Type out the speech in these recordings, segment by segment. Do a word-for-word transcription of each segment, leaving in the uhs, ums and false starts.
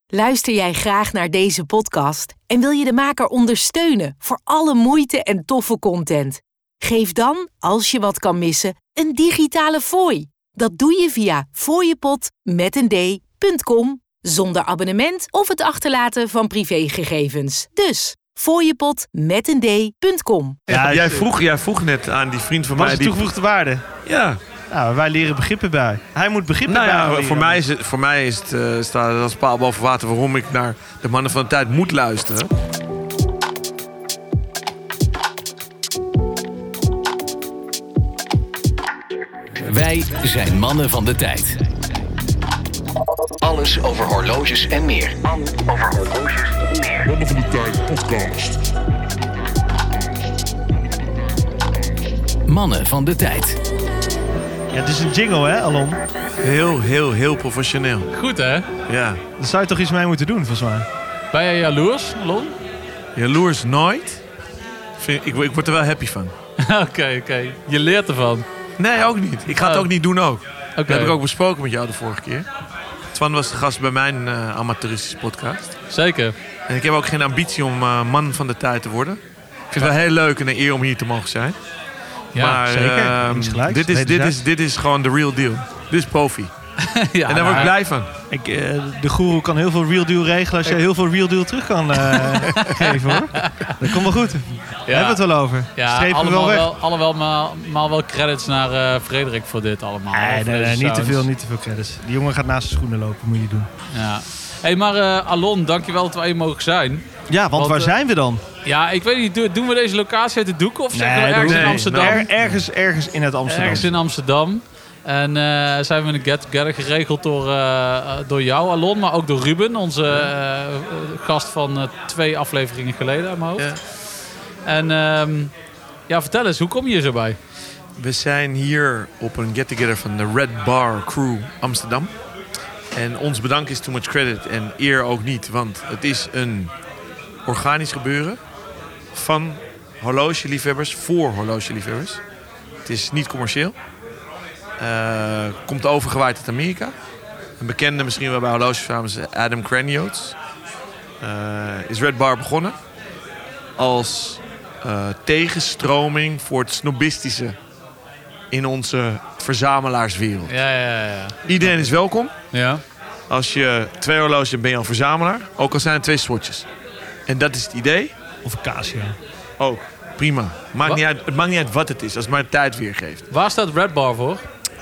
Luister jij graag naar deze podcast en wil je de maker ondersteunen voor alle moeite en toffe content? Geef dan, als je wat kan missen, een digitale fooi. Dat doe je via fooiepot met een d punt com zonder abonnement of het achterlaten van privégegevens. Dus fooiepot met een d punt com. Ja, jij, vroeg, jij vroeg net aan die vriend van Wat mij... is de toegevoegde waarde? Ja. Nou, wij leren begrippen bij. Hij moet begrippen Nou ja, bij. voor mij, is het, voor mij is het, uh, staat het als paal boven water waarom ik naar de mannen van de tijd moet luisteren. Wij zijn mannen van de tijd. Alles over horloges en meer. Alles over horloges en meer. Mannen van de Tijd podcast. Mannen van de tijd. Ja, het is een jingle, hè, Alon? Heel, heel, heel professioneel. Goed, hè? Ja. Daar zou je toch iets mee moeten doen, volgens mij. Ben jij jaloers, Lon? Jaloers nooit. Vind, ik, ik word er wel happy van. Oké, oké. Okay. Je leert ervan. Nee, ook niet. Ik ga het Oh. ook niet doen ook. Okay. Dat heb ik ook besproken met jou de vorige keer. Twan was de gast bij mijn uh, amateuristische podcast. Zeker. En ik heb ook geen ambitie om uh, man van de tijd te worden. Ik vind het wel heel leuk en een eer om hier te mogen zijn. Ja, maar zeker. Uh, Gelijk, dit, is, dit, is, dit is gewoon de real deal. Dit is profi. Ja, en daar word ik blij van. Ik, uh, de goeroe kan heel veel real deal regelen als je heel veel real deal terug kan uh, geven, hoor. Dat komt wel goed. Ja. Daar hebben we het wel over. Ja, Strepen we wel weg. Wel, allemaal maar, maar wel credits naar uh, Frederik voor dit allemaal. Nee, nee, nee, niet te veel, niet te veel credits. Die jongen gaat naast zijn schoenen lopen, moet je niet doen. Ja. Hey, maar uh, Alon, dankjewel dat we hier mogen zijn. Ja, want, want waar uh, zijn we dan? Ja, ik weet niet, doen we deze locatie uit de doeken of zeggen we ergens nee, in Amsterdam? Er, ergens, ergens in het Amsterdam. Ergens in Amsterdam. En uh, zijn we een get-together geregeld door, uh, door jou, Alon, maar ook door Ruben, onze uh, gast van uh, twee afleveringen geleden uit mijn hoofd. Ja. En um, ja, vertel eens, hoe kom je hier zo bij? We zijn hier op een get-together van de Red Bar Crew Amsterdam. En ons bedankt is too much credit en eer ook niet, want het is een organisch gebeuren van horlogeliefhebbers voor horlogeliefhebbers. Het is niet commercieel. Uh, komt overgewaaid uit Amerika. Een bekende misschien wel bij horlogeverzamelaars, Adam Craniotes. Uh, is Red Bar begonnen als uh, tegenstroming voor het snobistische in onze verzamelaarswereld. Ja, ja, ja. Iedereen is welkom. Ja. Als je twee horloges hebt, ben je al verzamelaar. Ook al zijn het twee swatches. En dat is het idee. Of een Casio. Ook, prima. Maakt niet uit, het maakt niet uit wat het is, als het maar de tijd weergeeft. Waar staat Red Bar voor?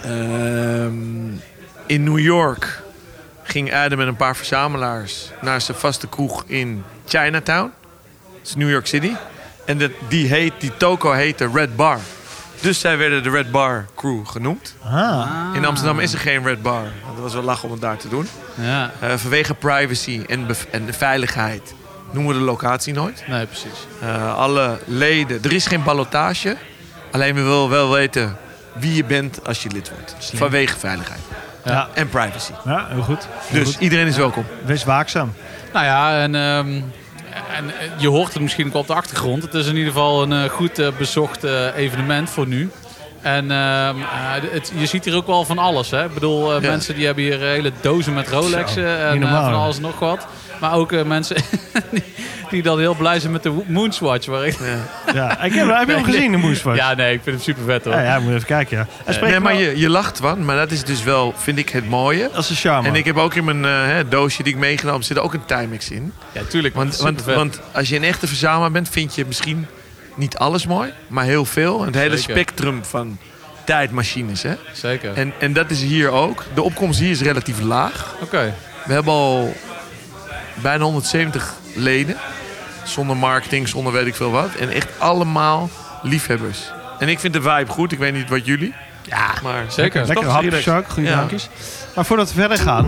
Um, in New York ging Adam met een paar verzamelaars naar zijn vaste kroeg in Chinatown. Dat is New York City. En de, die, heet, die toko heette Red Bar. Dus zij werden de Red Bar Crew genoemd. Ah. In Amsterdam is er geen Red Bar. Dat was wel lachen om het daar te doen. Ja. Uh, vanwege privacy en, bev- en de veiligheid noemen we de locatie nooit. Nee, precies. Uh, alle leden. Er is geen ballotage. Alleen we willen wel weten wie je bent als je lid wordt. Slim. Vanwege veiligheid. Ja. En privacy. Ja, heel goed. Heel dus goed. iedereen is welkom. Wees waakzaam. Nou ja, en, um, en je hoort het misschien ook op de achtergrond. Het is in ieder geval een uh, goed uh, bezocht uh, evenement voor nu. En uh, uh, het, je ziet hier ook wel van alles. Hè? Ik bedoel, uh, ja. mensen die hebben hier hele dozen met Rolexen en uh, van alles nog wat. Maar ook uh, mensen die, die dan heel blij zijn met de Moonswatch. Waar ik... ja. Ja, ik heb, heb je hem gezien, de Moonswatch? Ja, nee, ik vind hem super vet hoor. Ja, ja, moet even kijken. Ja. Uh, nee, maar je, je lacht van, maar dat is dus wel, vind ik, het mooie. Dat is een charme. En ik heb ook in mijn uh, hè, doosje die ik meegenomen zit ook een Timex in. Ja, tuurlijk. Want, want, want als je een echte verzamelaar bent, vind je misschien niet alles mooi, maar heel veel. En het hele Zeker. spectrum van tijdmachines. Hè? Zeker. En, en dat is hier ook. De opkomst hier is relatief laag. Oké. Okay. We hebben al bijna honderdzeventig leden. Zonder marketing, zonder weet ik veel wat. En echt allemaal liefhebbers. En ik vind de vibe goed. Ik weet niet wat jullie. Ja, maar zeker. Lekker hapjes, Jacques. Goeie ja. drankjes. Maar voordat we verder gaan...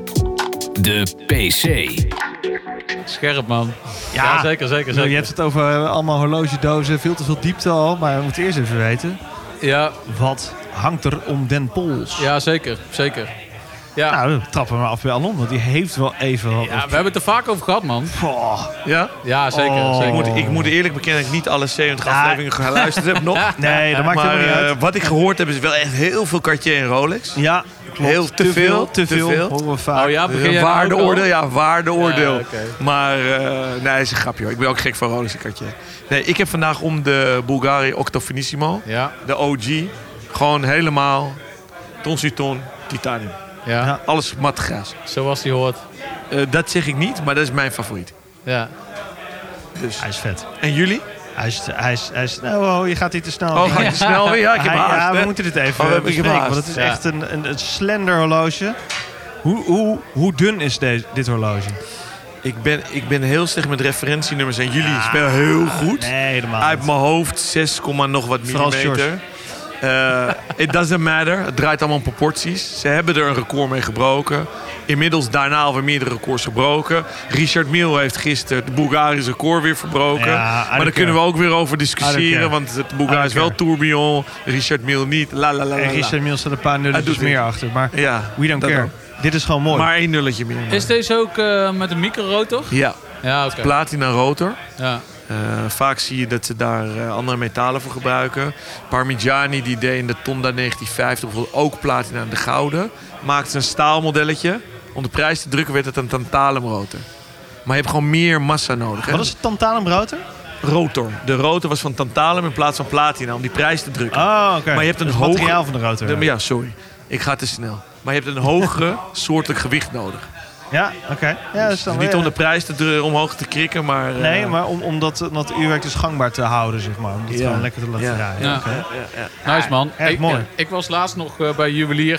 De P C. Scherp, man. Ja, ja zeker, zeker, zeker. Je hebt het over allemaal horlogedozen, veel te veel diepte al. Maar we moeten eerst even weten... Ja. Wat hangt er om den pols? Ja, zeker. Zeker. Ja. Nou, trappen we maar af bij Alon, want die heeft wel even... Ja, we hebben het er vaak over gehad, man. Oh. Ja? Ja, zeker. Oh. zeker. Ik, moet, ik moet eerlijk bekennen dat ik niet alle zeventig ja. afleveringen geluisterd heb nog. Nee, dat maakt maar, helemaal niet uit. Uh, wat ik gehoord heb is wel echt heel veel Cartier en Rolex. Ja. Klopt. Heel te, veel, te veel, te veel. horen we vaak. Oh ja, begin Een jij nou ook waardeoordeel, al? ja, waardeoordeel. Ja, oké. Maar uh, nee, is een grapje hoor. Ik ben ook gek van Rolex, Cartier. Nee, ik heb vandaag om de Bulgari Octo Finissimo, Ja, de O G, gewoon helemaal ton sur ton titanium. ja. Ja. Alles mat grijs. Zoals die hoort. Uh, dat zeg ik niet, maar dat is mijn favoriet. Ja. Dus. Hij is vet. En jullie? Hij is, hij is, hij is, nou, oh, je gaat niet te snel. Oh, ga je te snel weer? Ja, ik heb Hij- haast. Ja, we hè? moeten dit even Oh, we hebben- ik heb bespreken, haast. want het is Ja. echt een, een, een slender horloge. Hoe, hoe, hoe dun is deze, dit horloge? Ik ben, ik ben heel slecht met referentienummers en jullie spelen heel goed. Nee, helemaal Uit niet. mijn hoofd zes, nog wat Vooral millimeter. Uh, it doesn't matter. Het draait allemaal om proporties. Ze hebben er een record mee gebroken. Inmiddels daarna alweer meerdere records gebroken. Richard Mille heeft gisteren het Bulgarisch record weer verbroken. Ja, I maar daar don't kunnen we care. ook weer over I don't discussiëren. care. Want het I Bulgarisch don't is wel care. tourbillon. Richard Mille niet. La la la la. En la. Richard Mille staat een paar Hij nulletjes doet het. meer achter. Maar Ja, we don't dat care. ook. Dit is gewoon mooi. Maar één nulletje meer. Is deze ook uh, met een micro-rotor? Ja, Ja, oké. platina rotor. Ja. Uh, vaak zie je dat ze daar uh, andere metalen voor gebruiken. Parmigiani die deed in de Tonda negentien vijftig bijvoorbeeld ook platina en de gouden. Maakte een staalmodelletje. Om de prijs te drukken werd het een tantalumrotor. Maar je hebt gewoon meer massa nodig. Hè? Wat is het tantalum rotor? Rotor. De rotor was van tantalum in plaats van platina om die prijs te drukken. Oh, oké. Maar je hebt een Het hoge- materiaal van de rotor. De- ja, sorry. Ik ga te snel. Maar je hebt een hogere soortelijk gewicht nodig. Ja, oké. Ja, dat is dan Dus niet weer- om de prijs te dru- omhoog te krikken, maar... uh, Nee, maar om, om dat, dat uurwerk dus gangbaar te houden, zeg maar. Om dat Ja. gewoon lekker te laten Ja. draaien. Ja. Oké. ja, ja. Nice man. Echt ik, mooi. Ik, ik was laatst nog uh, bij juwelier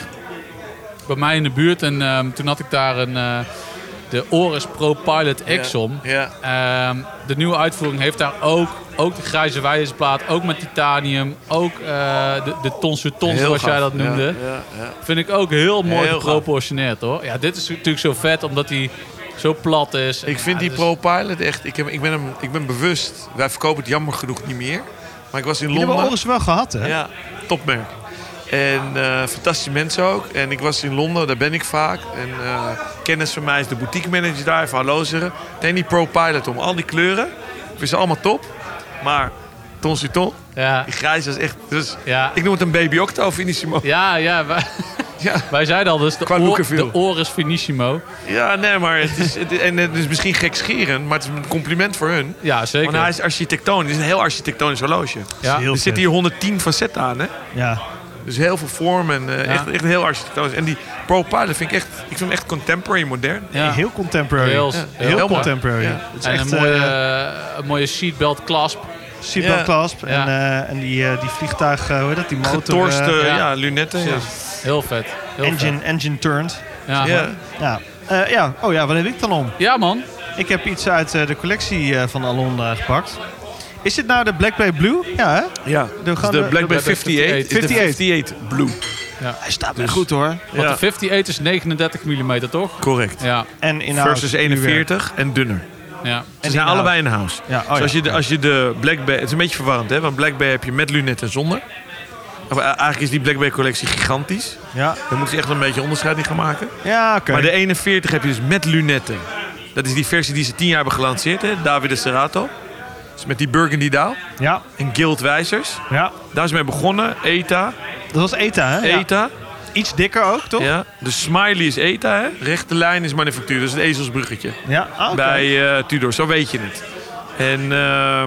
bij mij in de buurt en um, toen had ik daar een, uh, de Oris Pro Pilot Exxon. Ja. Um, de nieuwe uitvoering heeft daar ook, ook de grijze wijzersplaat, ook met titanium, ook uh, de, de ton sur ton Heel zoals gaaf. jij dat noemde. Ja, ja, ja. Vind ik ook heel mooi Heel geproportioneerd hoor. Ja, dit is natuurlijk zo vet omdat hij zo plat is. Ik vind Ja, die dus- Pro Pilot echt... Ik, heb, ik, ben hem, ik ben bewust. Wij verkopen het jammer genoeg niet meer. Maar ik was in Jullie hebben Londen. Oris wel gehad, hè? Ja, topmerk. En uh, fantastische mensen ook. En ik was in Londen, daar ben ik vaak. En uh, kennis van mij is de boutique manager daar. Even hallo zeggen. Neem die Pro Pilot om. Al die kleuren. Ik vind ze allemaal top. Maar ton sur ton. Ja, Die grijs is echt... Dus ja. ik noem het een baby octo finissimo. Ja, ja, wij, Ja. wij zeiden al dus de, Qua look oor, en feel. de Oris Finissimo. Ja, nee, maar het is, het, en het is misschien gekscherend, maar het is een compliment voor hun. Ja, zeker. Want hij is architectonisch. Het is een heel architectonisch horloge. ja. Heel Er vet. zitten hier honderdtien facetten aan, hè? Ja. Dus heel veel vorm en uh, Ja. echt, echt heel architectonisch. En die Pro Pilot vind ik echt, ik vind hem echt contemporary, modern. Ja. Heel contemporary. Heel, Ja. heel, Heel heel mooi. contemporary. Ja. Het is En echt een mooie, eh, uh, een mooie seatbelt clasp. seatbelt Ja. clasp. Ja. En, eh, en die, eh, die vliegtuig, eh, hoe heet dat? Die motor. Getorste eh, ja. ja, lunetten. Ja. Heel vet. Heel engine, engine turned. vet. Ja. Ja. Ja. Eh, ja. Oh ja, wat heb ik dan om? ja, man. Ik heb iets uit eh, de collectie eh, van Alon eh, gepakt. Is dit nou de Black Bay Blue? Ja, hè? Ja, De- dus gaan de de- Black Bay de- vijfenvijftig is de vijfenvijftig. vijfenvijftig Blue. Hij staat Dus- me goed, hoor. Want Ja, de vijfenvijftig is negenendertig millimeter, toch? correct. Ja. En inhoud. Versus eenenveertig en dunner. ja. Ze zijn inhoud. allebei in house. Ja, oh dus als ja. je, de, als je de Black Bay... Het is een beetje verwarrend, hè? Want Black Bay heb je met lunetten en zonder. Of, eh, eigenlijk is die Black Bay collectie gigantisch. Ja, Daar moeten ze echt een beetje onderscheid in gaan maken. ja oké. Maar de eenenveertig heb je dus met lunetten. Dat is die versie die ze tien jaar hebben gelanceerd, hè? David de Serrato. Dus met die Burgundy Daal Ja, en Gilt wijzers. ja. Daar is mee begonnen. ETA. Dat was ETA, hè? Ja. ETA. Iets dikker ook, toch? Ja. De Smiley is ETA, hè? Rechte lijn is manufactuur. Dat is het ezelsbruggetje. Ja, ah, oké. Bij uh, Tudor, zo weet je het. En ehm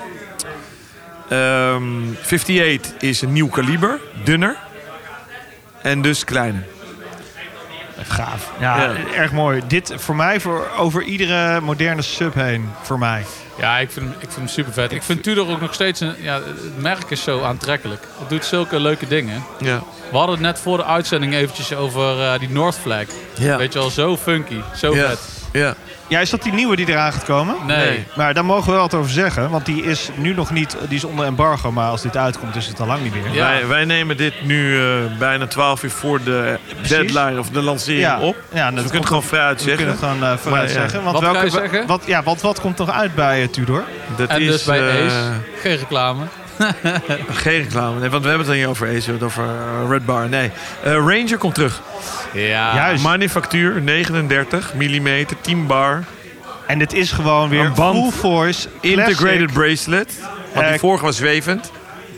ehm vijfenvijftig is een nieuw kaliber, dunner. En dus kleiner. Gaaf. Ja, Ja. erg mooi. Dit voor mij, voor over iedere moderne sub heen, voor mij. Ja, ik vind, hem- ik vind hem super vet. Ik vind Tudor ook nog steeds... Een, ja, het merk is zo aantrekkelijk. Het doet zulke leuke dingen. Ja. We hadden het net voor de uitzending eventjes over uh, die North Flag. Ja. Weet je wel, zo funky. Zo Ja. vet. Ja. Ja, is dat die nieuwe die eraan gaat komen? Nee. Nee. Maar daar mogen we wel wat over zeggen. Want die is nu nog niet, die is onder embargo. Maar als dit uitkomt is het al lang niet meer. Ja. Wij, wij nemen dit nu uh, bijna twaalf uur voor de deadline of de lancering Ja. op. Ja, Dus we kunnen het gewoon vrij we uitzeggen. kunnen het gewoon uh, vooruit Maar, ja. zeggen. Want Wat ga je welke, zeggen? Wat, ja, want wat komt er uit bij uh, Tudor? Dat En is dus bij eh, Ace. Geen reclame. geen reclame. Nee, want we hebben het dan niet over Ace, we hebben het over uh, Red Bar. Nee. Uh, Ranger komt terug. Ja. Juist. Manufactuur negenendertig millimeter, tien bar. En dit is gewoon weer Een band. full voice, Integrated classic, bracelet. Want Eh, die vorige was zwevend.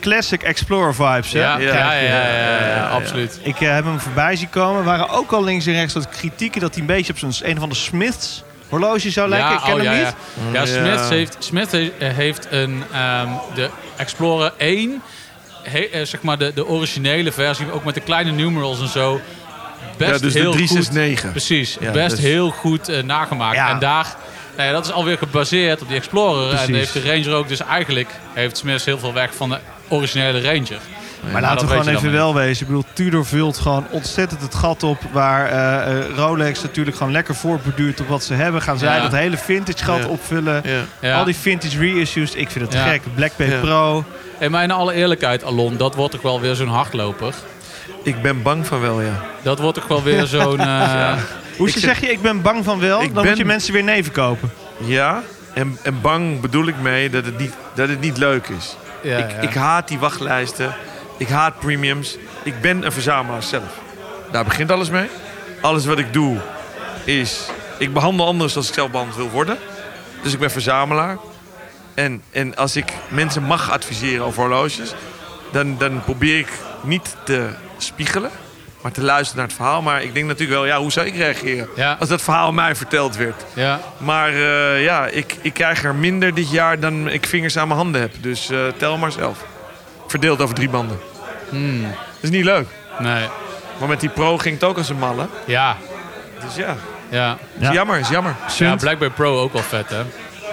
classic Explorer vibes, hè? Ja, ja, Krijg ja, je. ja, ja, ja, absoluut. Ik uh, heb hem voorbij zien komen. Er waren ook al links en rechts wat kritieken dat hij een beetje op zo'n een of andere Smiths horloge zou lijken. Ik ken oh, hem ja, niet. Ja, ja Ja. Smith heeft, Smith he- heeft een, um, de Explorer één, he, uh, zeg maar de, de originele versie, ook met de kleine numerals en zo. Best Ja, dus de heel goed. driehonderdzesenzestig. Precies, Ja, best dus- heel goed uh, nagemaakt. Ja. En daar, nou ja, dat is alweer gebaseerd op die Explorer. Precies. En heeft de Ranger ook, dus eigenlijk heeft Smith heel veel weg van de originele Ranger. Maar dat laten we weet gewoon je even dan wel wezen. Ik bedoel, Tudor vult gewoon ontzettend het gat op. Waar uh, uh, Rolex natuurlijk gewoon lekker voortborduurt op wat ze hebben. Gaan zij Ja. dat hele vintage gat Ja. opvullen. Ja. Ja. Al die vintage reissues. Ik vind het te Ja. gek. Black Bay Ja. Pro. En maar in alle eerlijkheid, Alon, dat wordt toch wel weer zo'n hardloper. Ik ben bang van wel, ja. Dat wordt toch wel weer zo'n... Uh, Hoe Ik zeg, zeg- zeg je, ik ben bang van wel? Ik Dan ben- moet je mensen weer neven kopen. Ja, en, en bang bedoel ik mee dat het niet, dat het niet leuk is. ja, ik, ja. ik haat die wachtlijsten. Ik haat premiums. Ik ben een verzamelaar zelf. Daar begint alles mee. Alles wat ik doe is... Ik behandel anderen zoals ik zelf behandeld wil worden. Dus ik ben verzamelaar. En, en als ik mensen mag adviseren over horloges... Dan, dan probeer ik niet te spiegelen. Maar te luisteren naar het verhaal. Maar ik denk natuurlijk wel, ja, hoe zou ik reageren? Ja. Als dat verhaal mij verteld werd. ja. Maar uh, ja, ik, ik krijg er minder dit jaar dan ik vingers aan mijn handen heb. Dus uh, tel maar zelf. Verdeeld over drie banden. Hmm. Dat is niet leuk. Nee. Maar met die Pro ging het ook als een malle. Ja. Dus ja, Ja. is Ja. jammer, is jammer. Ja, Black Bay Pro ook wel vet, hè?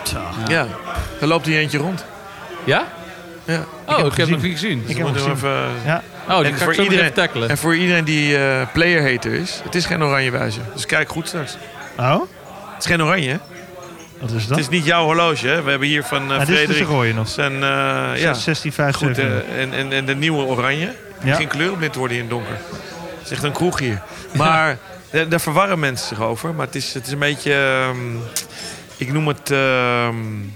Ja, daar loopt hij eentje rond. Ja? Ja. Oh, ik heb, gezien. hem nog niet gezien. Ik Dus heb hem moeten we gezien. even, Ja. Oh, die en ga voor ik zo nog iedereen- even tackelen. En voor iedereen die uh, player-hater is, het is geen oranje wijzer. Dus kijk goed straks. Oh? Het is geen oranje, hè? Wat is dat? Het is niet jouw horloge, hè? We hebben hier van uh, Ah, dit is dus Frederik een rode nog. zijn... uh, ja, zestien vijf goed. zeven. uh, en, en, en de nieuwe oranje. Ja. Geen kleurenblind worden in het donker. Het is echt een kroeg hier. Maar daar, daar verwarren mensen zich over. Maar het is, het is een beetje... Um, ik noem het... Um,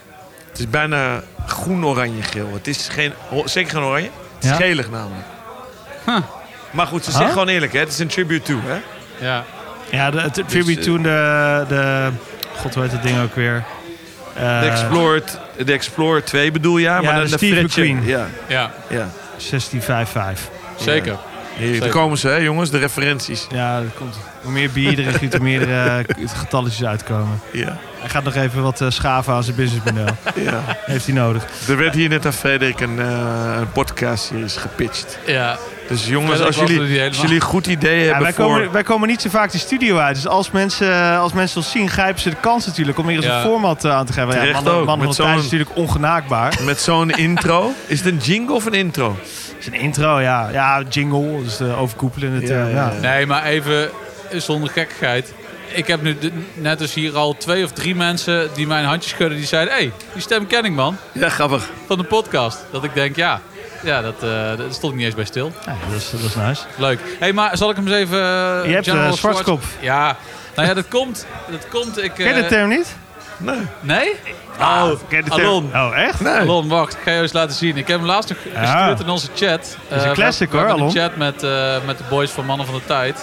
het is bijna groen-oranje-geel. Het is geen, zeker geen oranje. Het is Ja. gelig namelijk. Huh. Maar goed, ze Huh? zeggen gewoon eerlijk. Hè? Het is een tribute to. Hè? Ja. Ja, de, het tribute Dus, toen de, de... God, hoe heet dat ding ook weer? Uh, De Explorer, de Explorer twee bedoel je? Ja, Ja, dan de Steve Fredje- McQueen. Ja, Ja, ja. zestien vijf vijf. zeker. Hier, daar Zeker. komen ze, hè, jongens. De referenties. Ja, dat komt. Hoe meer bier er is, hoe meer er uh, getalletjes uitkomen. Ja, Hij gaat nog even wat uh, schaven aan zijn businessmodel. ja. Heeft hij nodig. Er werd hier net aan Frederik een, uh, een podcast-series gepitcht. Ja. Dus jongens, Frederik als was er jullie, niet als helemaal. jullie een goed idee Ja, hebben wij, voor... komen, wij komen niet zo vaak de studio uit. Dus als mensen, als mensen ons zien, grijpen ze de kans natuurlijk om hier eens Ja. een format uh, aan te geven. Ja, Terecht mannen, ook, mannen met van de tijd zo'n- is natuurlijk ongenaakbaar. Met zo'n intro. Is het een jingle of een intro? Het is een intro, ja. Ja, jingle, dus de overkoepelen. Het, Ja, uh, ja, ja. ja. Nee, maar even zonder gekkigheid. Ik heb nu de- net dus hier al twee of drie mensen die mijn handjes schudden. Die zeiden, hé, hey, die stem ken ik, man. Ja, grappig. Van de podcast. Dat ik denk, ja, ja dat, uh, dat stond ik niet eens bij stil. Ja, dat, is, dat is nice. Leuk. Hé, hey, maar zal ik hem eens even... Uh, Je hebt General uh, Schwarzkopf. Schwarz- Ja, nou ja, dat komt. Dat komt, ik... Ken je de uh, term niet? Nee. Nee? Oh, Oh, ken je de term? Alon. Oh, echt? Nee. Alon, wacht. Ik ga je eens laten zien. Ik heb hem laatst nog Ja. gestuurd in onze chat. is een Uh, classic, we, we hoor, hebben een Alon. chat met, uh, met de boys van Mannen van de Tijd.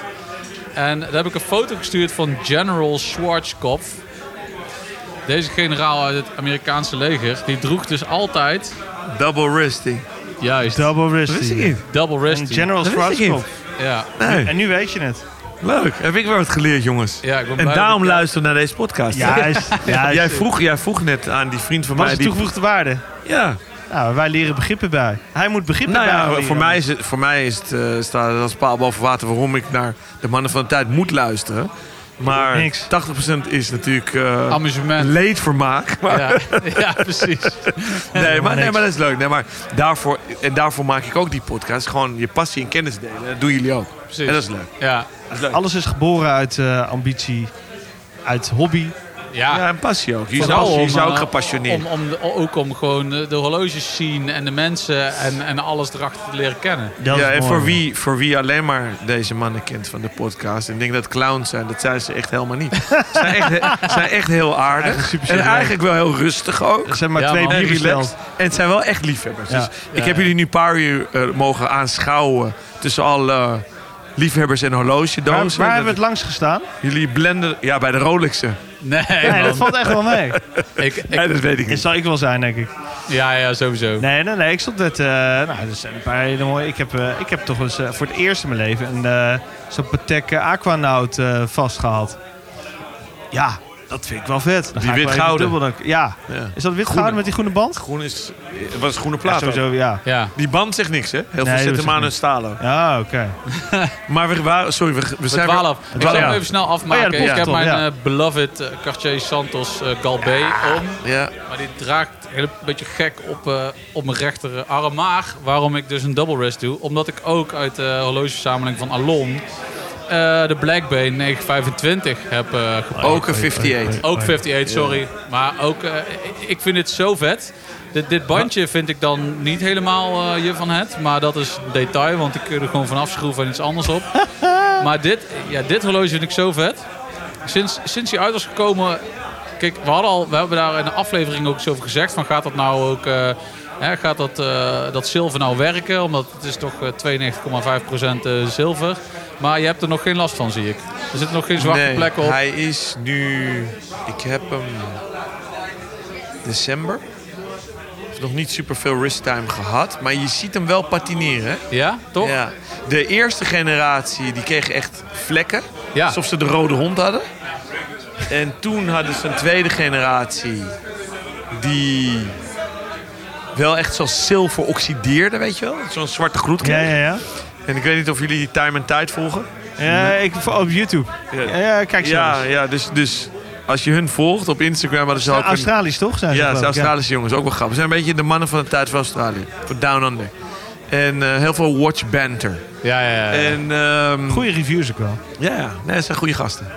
En daar heb ik een foto gestuurd van General Schwarzkopf. Deze generaal uit het Amerikaanse leger. Die droeg dus altijd... Double wristing. Juist. Double Dat wist ik wristy. niet. Double En wristing. General Dat wist ik niet. Schwarzkopf. Ja. Nee. En nu weet je het. Leuk. Heb ik weer wat geleerd, jongens. Ja, ik ben En blij daarom dat ik- luister naar deze podcast. Juist. juist. Jij vroeg, jij vroeg net aan die vriend van Wat mij... is de Die, toegevoegde waarde? ja. Nou, wij leren begrippen bij. Hij moet begrippen Nou bij ja, leren. voor mij, is het, voor mij is het, uh, staat het als paal boven water waarom ik naar de Mannen van de Tijd moet luisteren. Maar Niks. tachtig procent is natuurlijk uh, Amusement. leedvermaak. Maar, Ja, ja, precies. nee, maar, nee, niks. maar dat is leuk. Nee, maar daarvoor, en daarvoor maak ik ook die podcast. Gewoon je passie en kennis delen. Dat doen jullie ook. Precies. En dat is leuk. Ja. Dat is leuk. Alles is geboren uit uh, ambitie, uit hobby. Ja. Ja, en passie ook. Je Vooral zou, je om, zou ook eh, gepassioneerd. Om, om de, ook om gewoon de, de horloges zien en de mensen en, en alles erachter te leren kennen. Dat Ja, is en mooi. voor wie, voor wie alleen maar deze mannen kent van de podcast... en ik denk dat clowns zijn, dat zijn ze echt helemaal niet. Ze zijn echt, ze zijn echt heel aardig. Eigenlijk super En serieus. eigenlijk wel heel rustig ook. Er zijn maar Ja, twee man. En bier relaxed. besteld. En het zijn wel echt liefhebbers. Ja. Dus ik Ja, heb ja. jullie nu een paar uur uh, mogen aanschouwen... tussen alle liefhebbers en Waar, horlogedozen. waar hebben we het langs gestaan? Jullie blenden... Ja, bij de Rolexen. Nee, Nee, man. dat valt echt wel mee. Ik, ik, Nee, dat weet ik Dat niet. zal ik wel zijn, denk ik. ja, ja, sowieso. Nee, nee, nee. Ik stond net... Uh, nou, dat zijn een paar hele mooie... Ik heb, uh, ik heb toch eens uh, voor het eerst in mijn leven een uh, zo'n Patek uh, Aquanaut uh, vastgehad. Ja, dat vind ik wel vet. Dan Die ga ik wel even wit-gouden. dubbel- Ja. Ja. Is dat wit-gouden met die groene band? Groen is... Het was groene Ja, plaat. ook. sowieso, ja. Ja. Die band zegt niks, hè? Heel Nee, veel dat zetten hem zegt aan een niks. stalen. Ja, oké. Maar we waren... Sorry, we, we We zijn... twaalf. Ik zal twaalf, hem ja. even snel afmaken. Oh ja, dat ik klopt, heb toch, mijn ja. eh, beloved eh, Cartier Santos uh, Galbé om. Ja. Maar die draagt een beetje gek op, uh, op mijn rechterarm. Maar waarom ik dus een double wrist doe? Omdat ik ook uit de horlogeverzameling van Alon uh, de Blackbane negen vijfentwintig heb uh, gepakt. Ook een vijfenvijftig. Ook vijfenvijftig, sorry. Maar ook, uh, ik vind het zo vet. Dit, dit bandje vind ik dan niet helemaal uh, je van het. Maar dat is detail, want ik kun er gewoon vanaf schroeven en iets anders op. Maar dit, ja, dit horloge vind ik zo vet. Sinds, sinds die uit was gekomen... Kijk, we, hadden al, we hebben daar in de aflevering ook eens over gezegd. Van gaat dat nou ook... Uh, hè, gaat dat, uh, dat zilver nou werken? Omdat het is toch uh, tweeënnegentig komma vijf procent uh, zilver. Maar je hebt er nog geen last van, zie ik. Er zitten nog geen zwarte Nee, plekken op. hij is nu... Ik heb hem... December. Heeft nog niet super veel wrist time gehad. Maar je ziet hem wel patineren, hè? Ja, toch? Ja. De eerste generatie, die kreeg echt vlekken. Ja. Alsof ze de rode hond hadden. En toen hadden ze een tweede generatie... die wel echt zoals zilver oxideerde, weet je wel? Zo'n zwarte gloed kreeg. Ja, ja, ja. En ik weet niet of jullie Time en Tide volgen. Ja, ik, op YouTube. Ja, ja kijk zo Ja, eens. ja dus, dus als je hun volgt op Instagram... hadden ze ook een... Australisch, toch? Zijn ze Ja, geloof de ik? Australische jongens, ook wel grappig. Ze zijn een beetje de mannen van de tijd van Australië. Voor Down Under. En uh, heel veel watch banter. Ja, ja, ja. En, um, Goeie reviews ook wel. Ja, ja. Nee, dat zijn goede gasten.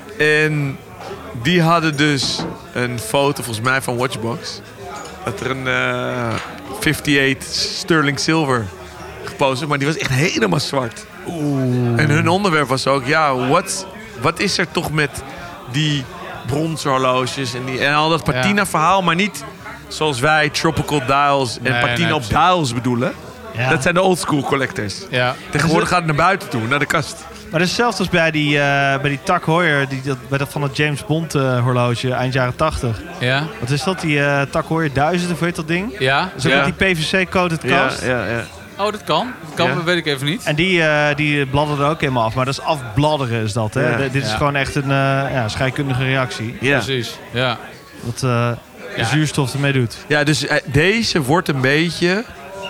En die hadden dus een foto, volgens mij, van Watchbox. Dat er een uh, vijfenvijftig sterling silver gepost was. Maar die was echt helemaal zwart. Oeh. En hun onderwerp was ook, ja, wat, wat is er toch met die bronzen horloges en, die, en al dat patina verhaal, maar niet zoals wij tropical dials en Nee, patina nee, op dials bedoelen. Ja. Dat zijn de old school collectors. ja. Tegenwoordig gaat het naar buiten toe, naar de kast. Maar dat is zelfs als bij die, uh, bij die Tag Heuer, die, dat, bij dat van het James Bond uh, horloge eind jaren tachtig. Ja. Wat is dat? Die uh, Tag Heuer duizend of weet dat ding? Ja. Dat is ook Ja. met die P V C-coated kast. Ja, ja. Oh, dat kan. Dat kan, Ja. dat weet ik even niet. En die, uh, die bladderde ook helemaal af. Maar dat is afbladderen is dat. Hè? Ja. De- dit is Ja. gewoon echt een uh, ja, scheikundige reactie. Ja. Precies. Ja. Wat uh, de Ja. zuurstof ermee doet. Ja, dus eh, deze wordt een beetje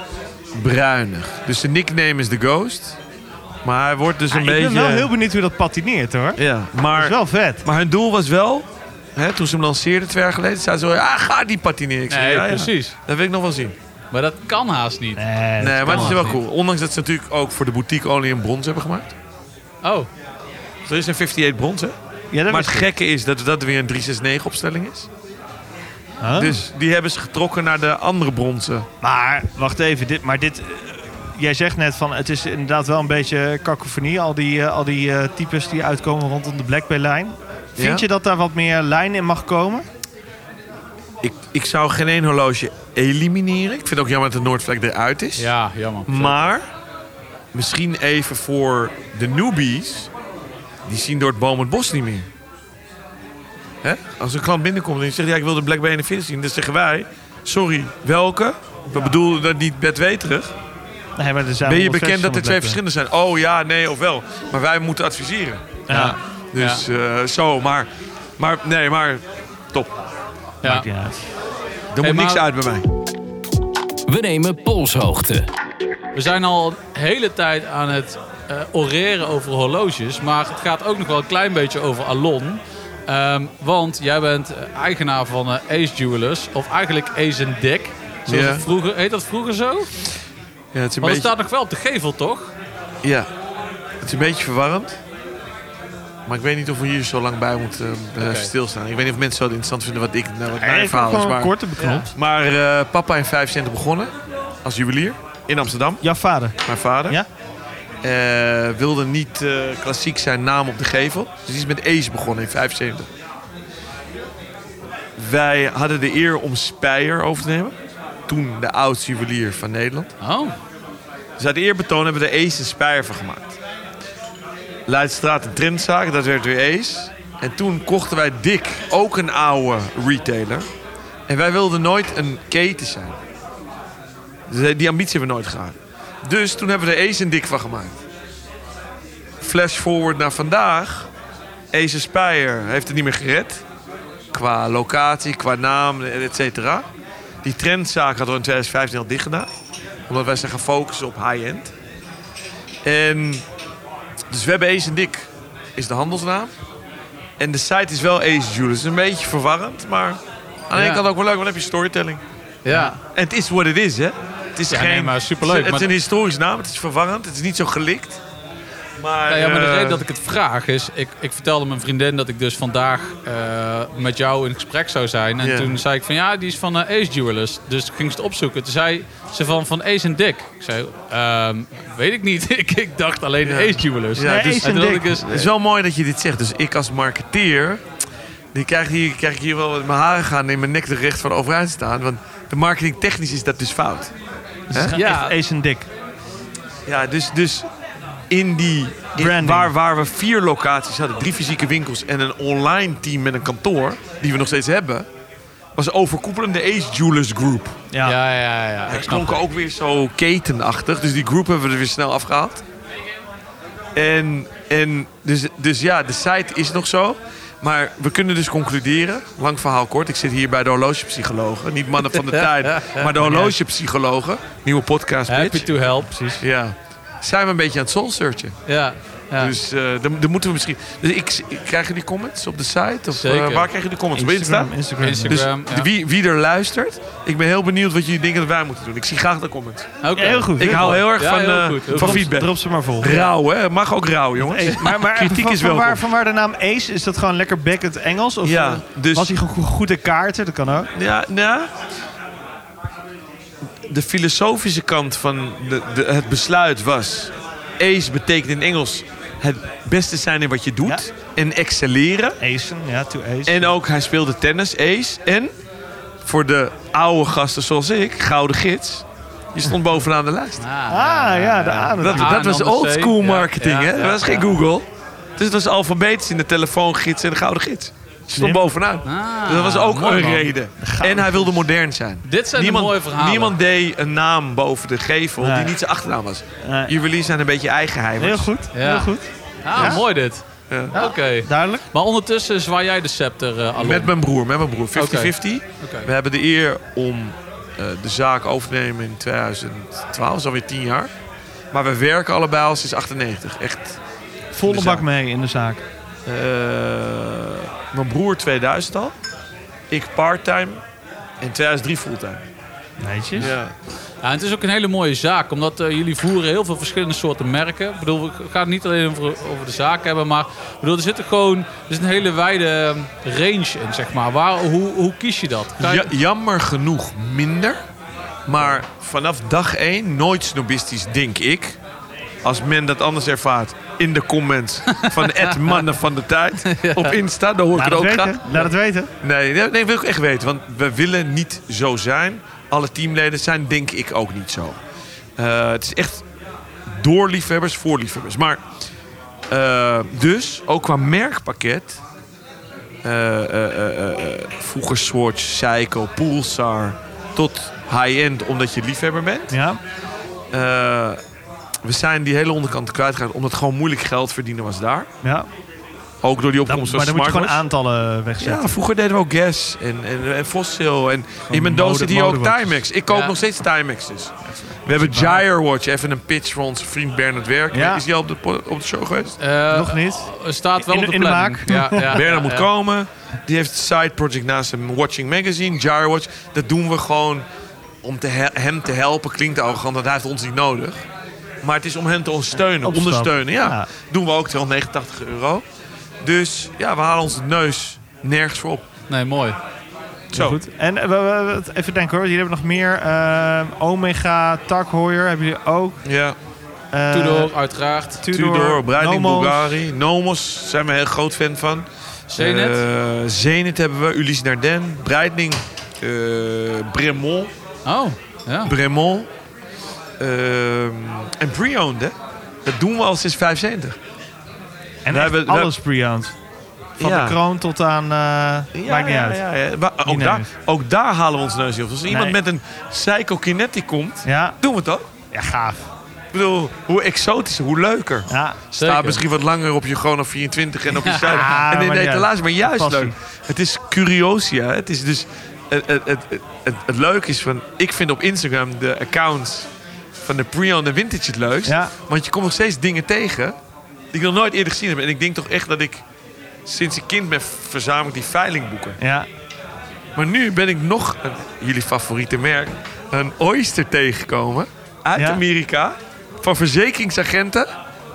bruinig. Dus de nickname is The Ghost. Maar hij wordt dus Ah, een ik beetje... ben wel heel benieuwd hoe dat patineert hoor. Ja, Dat maar, is wel vet. maar hun doel was wel... Hè, toen ze hem lanceerden twee jaar geleden... zei ze zo, ja, ga die patineren. Ik zei, Nee, ja, ja. precies. Dat wil ik nog wel zien. Maar dat kan haast niet. Nee, dat Nee, maar kan het is wel niet. cool. Ondanks dat ze natuurlijk ook voor de boutique olie en brons hebben gemaakt. Oh. Dus er is een vijfenvijftig brons, hè? Ja, dat Maar wist het ik. gekke is dat dat weer een drie zes negen opstelling is. Huh? Dus die hebben ze getrokken naar de andere bronzen. Maar, wacht even. Dit, maar dit... eh, Jij zegt net van, het is inderdaad wel een beetje kakofonie. Al die, uh, al die uh, types die uitkomen rondom de Black Bay-lijn. Vind Ja? je dat daar wat meer lijn in mag komen? Ik, ik zou geen één horloge elimineren. Ik vind het ook jammer dat de Noordvlek eruit is. Ja, jammer. Maar misschien even voor de newbies. Die zien door het boom het bos niet meer. Hè? Als een klant binnenkomt en die zegt... ja, ik wil de Black Bay eenenveertig zien. Dan zeggen wij... sorry, welke? We bedoelen dat niet bedweterig. Nee, maar er zijn Ben je honderd bekend dat er twee versies van de verschillende zijn? Oh ja, nee of wel. Maar wij moeten adviseren. Black Bay. Ja, Dus eh, zo, maar... Maar nee, maar... Top. Ja. maakt niet uit. Er Hey, moet niks maar- uit bij mij. We nemen polshoogte. We zijn al een hele tijd aan het uh, oreren over horloges. Maar het gaat ook nog wel een klein beetje over Alon. Um, want jij bent uh, eigenaar van uh, Ace Jewelers. Of eigenlijk Ace en Dick. Zoals Ja. het vroeger, heet dat vroeger zo? Ja, het is een Want het beetje... staat nog wel op de gevel, toch? Ja, het is een beetje verwarrend. Maar ik weet niet of we hier zo lang bij moeten uh, Oké. stilstaan. Ik weet niet of mensen zo interessant vinden wat ik nou, wat Nee, mijn verhaal is. gewoon Maar, kort en beknopt. maar uh, papa in vijfenzeventig begonnen als juwelier in Amsterdam. Jouw vader. Mijn vader. Ja? Uh, wilde niet uh, klassiek zijn naam op de gevel. Dus die is met Ace begonnen in vijfenzeventig. Wij hadden de eer om Speyer over te nemen. Toen de oudste juwelier van Nederland. Oh. Dus uit eerbetoon hebben we de Ace en Speyer van gemaakt. Leidstraat een trendzaak, dat werd weer Ace. En toen kochten wij Dick, ook een oude retailer. En wij wilden nooit een keten zijn. Dus die ambitie hebben we nooit gehad. Dus toen hebben we er Ace en Dick van gemaakt. Flash forward naar vandaag. Ace Speijer heeft het niet meer gered. Qua locatie, qua naam, et cetera. Die trendzaak hadden we in twintig vijftien al dicht gedaan. Omdat wij zijn gaan focussen op high-end. En dus we hebben Ace en Dick, is de handelsnaam. En de site is wel Ace Jewelers. Het is een beetje verwarrend, maar aan de ene kant ook wel leuk, want dan heb je storytelling. Ja. En het is wat het is, hè. Het is Ja, geen, nee, maar superleuk. Het is Maar- een historisch naam, het is verwarrend, het is niet zo gelikt. Maar, Nou ja, maar de eh, reden dat ik het vraag is... Ik, ik vertelde mijn vriendin dat ik dus vandaag uh, met jou in gesprek zou zijn. En Ja. toen zei ik van ja, die is van uh, Ace Jewelers. Dus ging ze het opzoeken. Toen zei ze van, van Ace en Dick. Ik zei, ehm, weet ik niet. ik, ik dacht alleen Ja. Ace Jewelers. Ja, Nee, dus- Ace En en toen wilde Dick. ik dus, Het is wel mooi dat je dit zegt. Dus ik als marketeer... Die krijg, hier, krijg ik hier wel met mijn haren gaan in mijn nek de recht van overeind staan. Want de marketing technisch is dat dus fout. Hè? Ja. Echt Ace en Dick. Ja, dus, dus in die... in- Branding. waar, waar we vier locaties hadden, drie fysieke winkels en een online team met een kantoor, die we nog steeds hebben, was overkoepelende Ace Jewelers Group. Ja. ja, ja, ja, ja. Ik Het snap klonk ook weer zo ketenachtig. Dus die groep hebben we er weer snel afgehaald. En, en dus, dus ja, de site is nog zo. Maar we kunnen dus concluderen, lang verhaal kort. Ik zit hier bij de horlogepsychologen. Niet mannen van de tijd, maar de horlogepsychologen. Nieuwe podcast, Happy bitch. to help, precies. Ja. Zijn we een beetje aan het soul searchen. Ja, ja. Dus eh dan, dan moeten we misschien... Dus ik, ik, krijgen die comments op de site? Of, Zeker. eh, waar krijgen die comments? Op Insta? Instagram. Instagram. Instagram. Dus ja. wie, wie er luistert, ik ben heel benieuwd wat jullie denken dat wij moeten doen. Ik zie graag de comments. Oké. Heel goed. Ik hou heel erg Ja, van, heel eh, goed, heel van goed. feedback. Drop ze maar vol. Rauw, hè? Mag ook rauw, jongens. Ace. Maar, maar Kritiek van, is van welkom. waar, van waar de naam Ace? Is dat gewoon lekker back-end Engels? Of Ja, eh, dus- was hij gewoon goede kaarten? Dat kan ook. Ja, nou... De filosofische kant van de, de, het besluit was... Ace betekent in Engels het beste zijn in wat je doet. Ja. En excelleren. Acen, ja, to Ace. En ook, hij speelde tennis, Ace. En voor de oude gasten zoals ik, gouden gids. Je stond bovenaan de lijst. Ah, ja, de A. Dat, natuurlijk. dat was en dan de old C. school Ja, marketing, ja, hè? ja, Dat was geen ja. Google. Dus het was alfabetisch in de telefoongids en de gouden gids. Je stond Slim. bovenaan. Ah, Dus dat was ook mooi, een man. reden. En hij wilde modern zijn. Dit zijn de niemand, mooie verhalen. Niemand deed een naam boven de gevel Nee. die niet zijn achternaam was. Nee. Juweliers zijn een beetje eigenheimers. Heel goed, Ja. heel goed. Ah, Ja? mooi dit. Ja. Oké. Duidelijk. Maar ondertussen zwaai jij de scepter, uh, Alon. Met mijn broer, met mijn broer. vijftig vijftig. Oké. We hebben de eer om uh, de zaak over te nemen in twintig twaalf. Dat is alweer tien jaar. Maar we werken allebei al sinds achtennegentig. Echt. Volle de bak zaak. mee in de zaak. Uh, mijn broer tweeduizend al. Ik parttime. En tweeduizend drie fulltime. Netjes. Ja. Ja, en het is ook een hele mooie zaak, omdat uh, jullie voeren heel veel verschillende soorten merken. Ik bedoel, we gaan het niet alleen over, over de zaak hebben, maar ik bedoel, er zit er gewoon er is een hele wijde range in, zeg maar. Waar, hoe, hoe kies je dat? Kan je- Ja, jammer genoeg minder. Maar vanaf dag één, nooit snobistisch, denk ik. Als men dat anders ervaart, in de comments van het mannen van de tijd. Op Insta, daar hoor ik Laat het het ook graag. weten. Laat het weten. Nee, nee, nee, wil ik echt weten. Want we willen niet zo zijn. Alle teamleden zijn denk ik ook niet zo. Uh, het is echt door liefhebbers, voor liefhebbers. Maar uh, dus, ook qua merkpakket... Uh, uh, uh, uh, vroeger Swatch, Seiko, Pulsar... tot high-end, omdat je liefhebber bent. Ja. Uh, we zijn die hele onderkant kwijtgeraakt... omdat het gewoon moeilijk geld verdienen was daar. Ja. Ook door die Dan, opkomst maar van dan moet je gewoon smartwatch. aantallen wegzetten. Ja, vroeger deden we ook Guess en, en, en Fossil. En in mijn doos mode- zit hier ook modewatches. Timex. Ik koop Ja. nog steeds Timex's. We hebben Gyrewatch. Even een pitch voor onze vriend Bernard Werk. Ja. Is die al op de, po- op de show geweest? Uh, Nog niet. Staat wel In- op de in de planning. maak. Ja, ja, Bernard ja, moet ja. komen. Die heeft een side project naast een Watching Magazine. Gyrewatch. Dat doen we gewoon om te he- hem te helpen. Klinkt arrogant, want hij heeft ons niet nodig. Maar het is om hem te ondersteunen. Opstap. Ondersteunen, ja. Ja. Doen we ook tweehonderdnegenentachtig euro. Dus ja, we halen ons neus nergens voor op. Nee, mooi. Zo. Goed. En eh, we- we- we- even denken hoor. Jullie hebben nog meer. eh, Omega, Tag Heuer hebben jullie ook. Ja. Eh, Tudor, uiteraard. Tudor, Tudor, Breitling, Nomos. Bulgari. Nomos zijn we een heel groot fan van. Zenith. Uh, Zenith hebben we. Ulysse Nardin. Breitling. Uh, Bremont. Oh, ja. Bremont. Uh, en pre-owned, hè. Dat doen we al sinds vijfenzeventig. En we echt hebben, we alles pre-owned. Van Ja. de kroon tot aan... Uh, Ja, maakt niet ja, uit. ja, ja. Maar ook, Niet daar, neus. ook daar halen we ons neus niet op. Als er iemand Nee. met een Psycho-Kinetic komt, Ja, doen we het ook. ja, gaaf. Ik bedoel, hoe exotischer, hoe leuker. Ja, Zeker. Staat misschien wat langer op je gewoon op vierentwintig en op je zuid. Ja, en in maar de niet uit. etalage, maar juist Passie. leuk. Het is curiosia. Het is dus... Het, het, het, het, het leuke is van... Ik vind op Instagram de accounts van de pre-owned en vintage het leukst. Ja. Want je komt nog steeds dingen tegen die ik nog nooit eerder gezien heb. En ik denk toch echt dat ik sinds ik kind ben verzamel ik die veilingboeken. ja. Maar nu ben ik nog, een, jullie favoriete merk, een Oyster tegengekomen. Uit Ja. Amerika. Van verzekeringsagenten.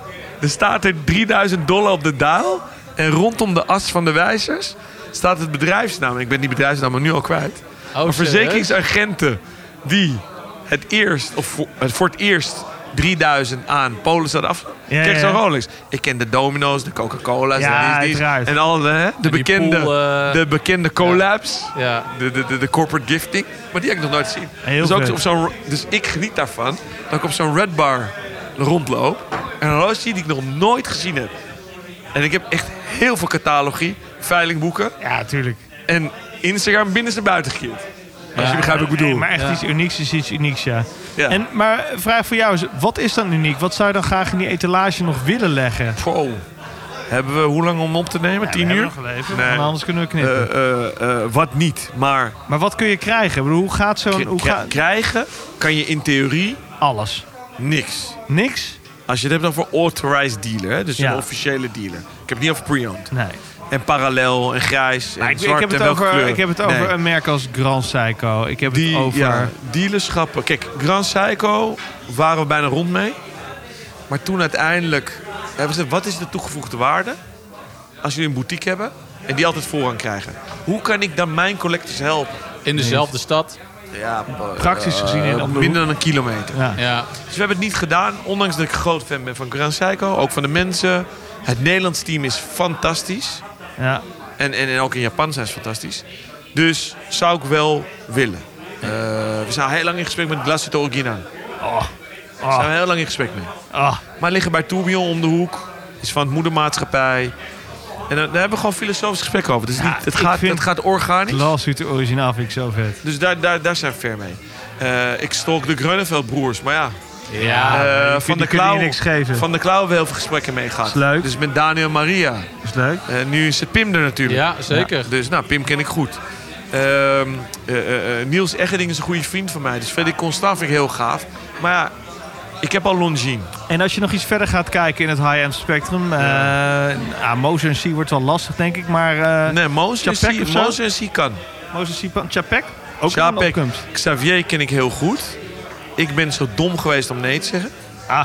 Er staat er drieduizend dollar op de dial. En rondom de as van de wijzers staat het bedrijfsnaam. Ik ben die bedrijfsnaam maar nu al kwijt. Oh, maar serieus? verzekeringsagenten die het eerst, of voor, het voor het eerst drieduizend aan Polen zouden af. Ja, Kijk, ja, zo'n ja. Rolex. Ik ken de Domino's, de Coca-Cola's, Ja, de dit, dit. uiteraard. En alle, hè, de, die bekende, pool, eh, de bekende collabs. Ja. De, de, de, de corporate gifting. Maar die heb ik nog nooit gezien. Heel dus, ook vet. op zo'n, dus ik geniet daarvan. Dat ik op zo'n Red Bar rondloop. En een horloge zie die ik nog nooit gezien heb. En ik heb echt heel veel catalogie, veilingboeken. Ja, tuurlijk. En Instagram binnenste buiten gekeerd. Als je begrijpt wat ik bedoel. Nee, maar echt Ja. iets unieks is iets unieks, ja. Ja. En, maar vraag voor jou is, wat is dan uniek? Wat zou je dan graag in die etalage nog willen leggen? Wow. Hebben we hoe lang om op te nemen? Ja, Tien we uur? hebben nog wel even, Nee. want anders kunnen we knippen. Eh, eh, eh, wat niet, maar maar wat kun je krijgen? Ik bedoel, hoe gaat zo'n... k- Hoe k- gaat... krijgen kan je in theorie Alles. niks. Niks? Als je het hebt over authorized dealer, hè, dus Ja. een officiële dealer. Ik heb het niet over pre-owned. Nee. En parallel en grijs en Maar ik, ik zwart heb het en welke over, kleur. ik heb het over Nee. een merk als Grand Seiko. Ik heb Die, het over... ja, dealerschappen. Kijk, Grand Seiko waren we bijna rond mee. Maar toen uiteindelijk hebben ze gezegd, wat is de toegevoegde waarde als jullie een boutique hebben en die altijd voorrang krijgen? Hoe kan ik dan mijn collectors helpen? In dezelfde stad. Ja, Praktisch gezien in om de minder hoek. dan een kilometer. Ja. Ja. Dus we hebben het niet gedaan, ondanks dat ik een groot fan ben van Grand Seiko. Ook van de mensen. Het Nederlands team is fantastisch. Ja. En, en, en ook in Japan zijn ze fantastisch. Dus zou ik wel willen. Uh, we zijn heel lang in gesprek met Glacito Original. Oh. Daar zijn we heel lang in gesprek mee. Oh. Maar liggen bij Tourbillon om de hoek. Is van het moedermaatschappij. En daar, daar hebben we gewoon filosofisch gesprek over. Dus Ja, niet, het, ik gaat, vind- het gaat organisch. Lawsuit originaal vind ik zo vet. Dus daar, daar, daar zijn we ver mee. Uh, ik stalk de Greuneveld broers. Maar ja, Ja. uh, die- van, die de kunnen je Klauw, niks geven. van de Klauw hebben we heel veel gesprekken mee gehad. Is leuk. Dus met Daniel en Maria. Is leuk. Uh, nu is het Pim er natuurlijk. Ja, zeker. Dus nou, Pim ken ik goed. Ehm, uh, uh, uh, Niels Eggeding is een goede vriend van mij. Dus Freddy Constant vind ik heel gaaf. Maar ja, ik heb al Longines. En als je nog iets verder gaat kijken in het high-end spectrum... Uh, ah, Moser en C wordt wel lastig, denk ik. Maar uh, Nee, Moser Chapek of zo? en C kan. Moser C... Chapek? Ook een Chapek, opkomst. Xavier ken ik heel goed. Ik ben zo dom geweest om nee te zeggen. Ah,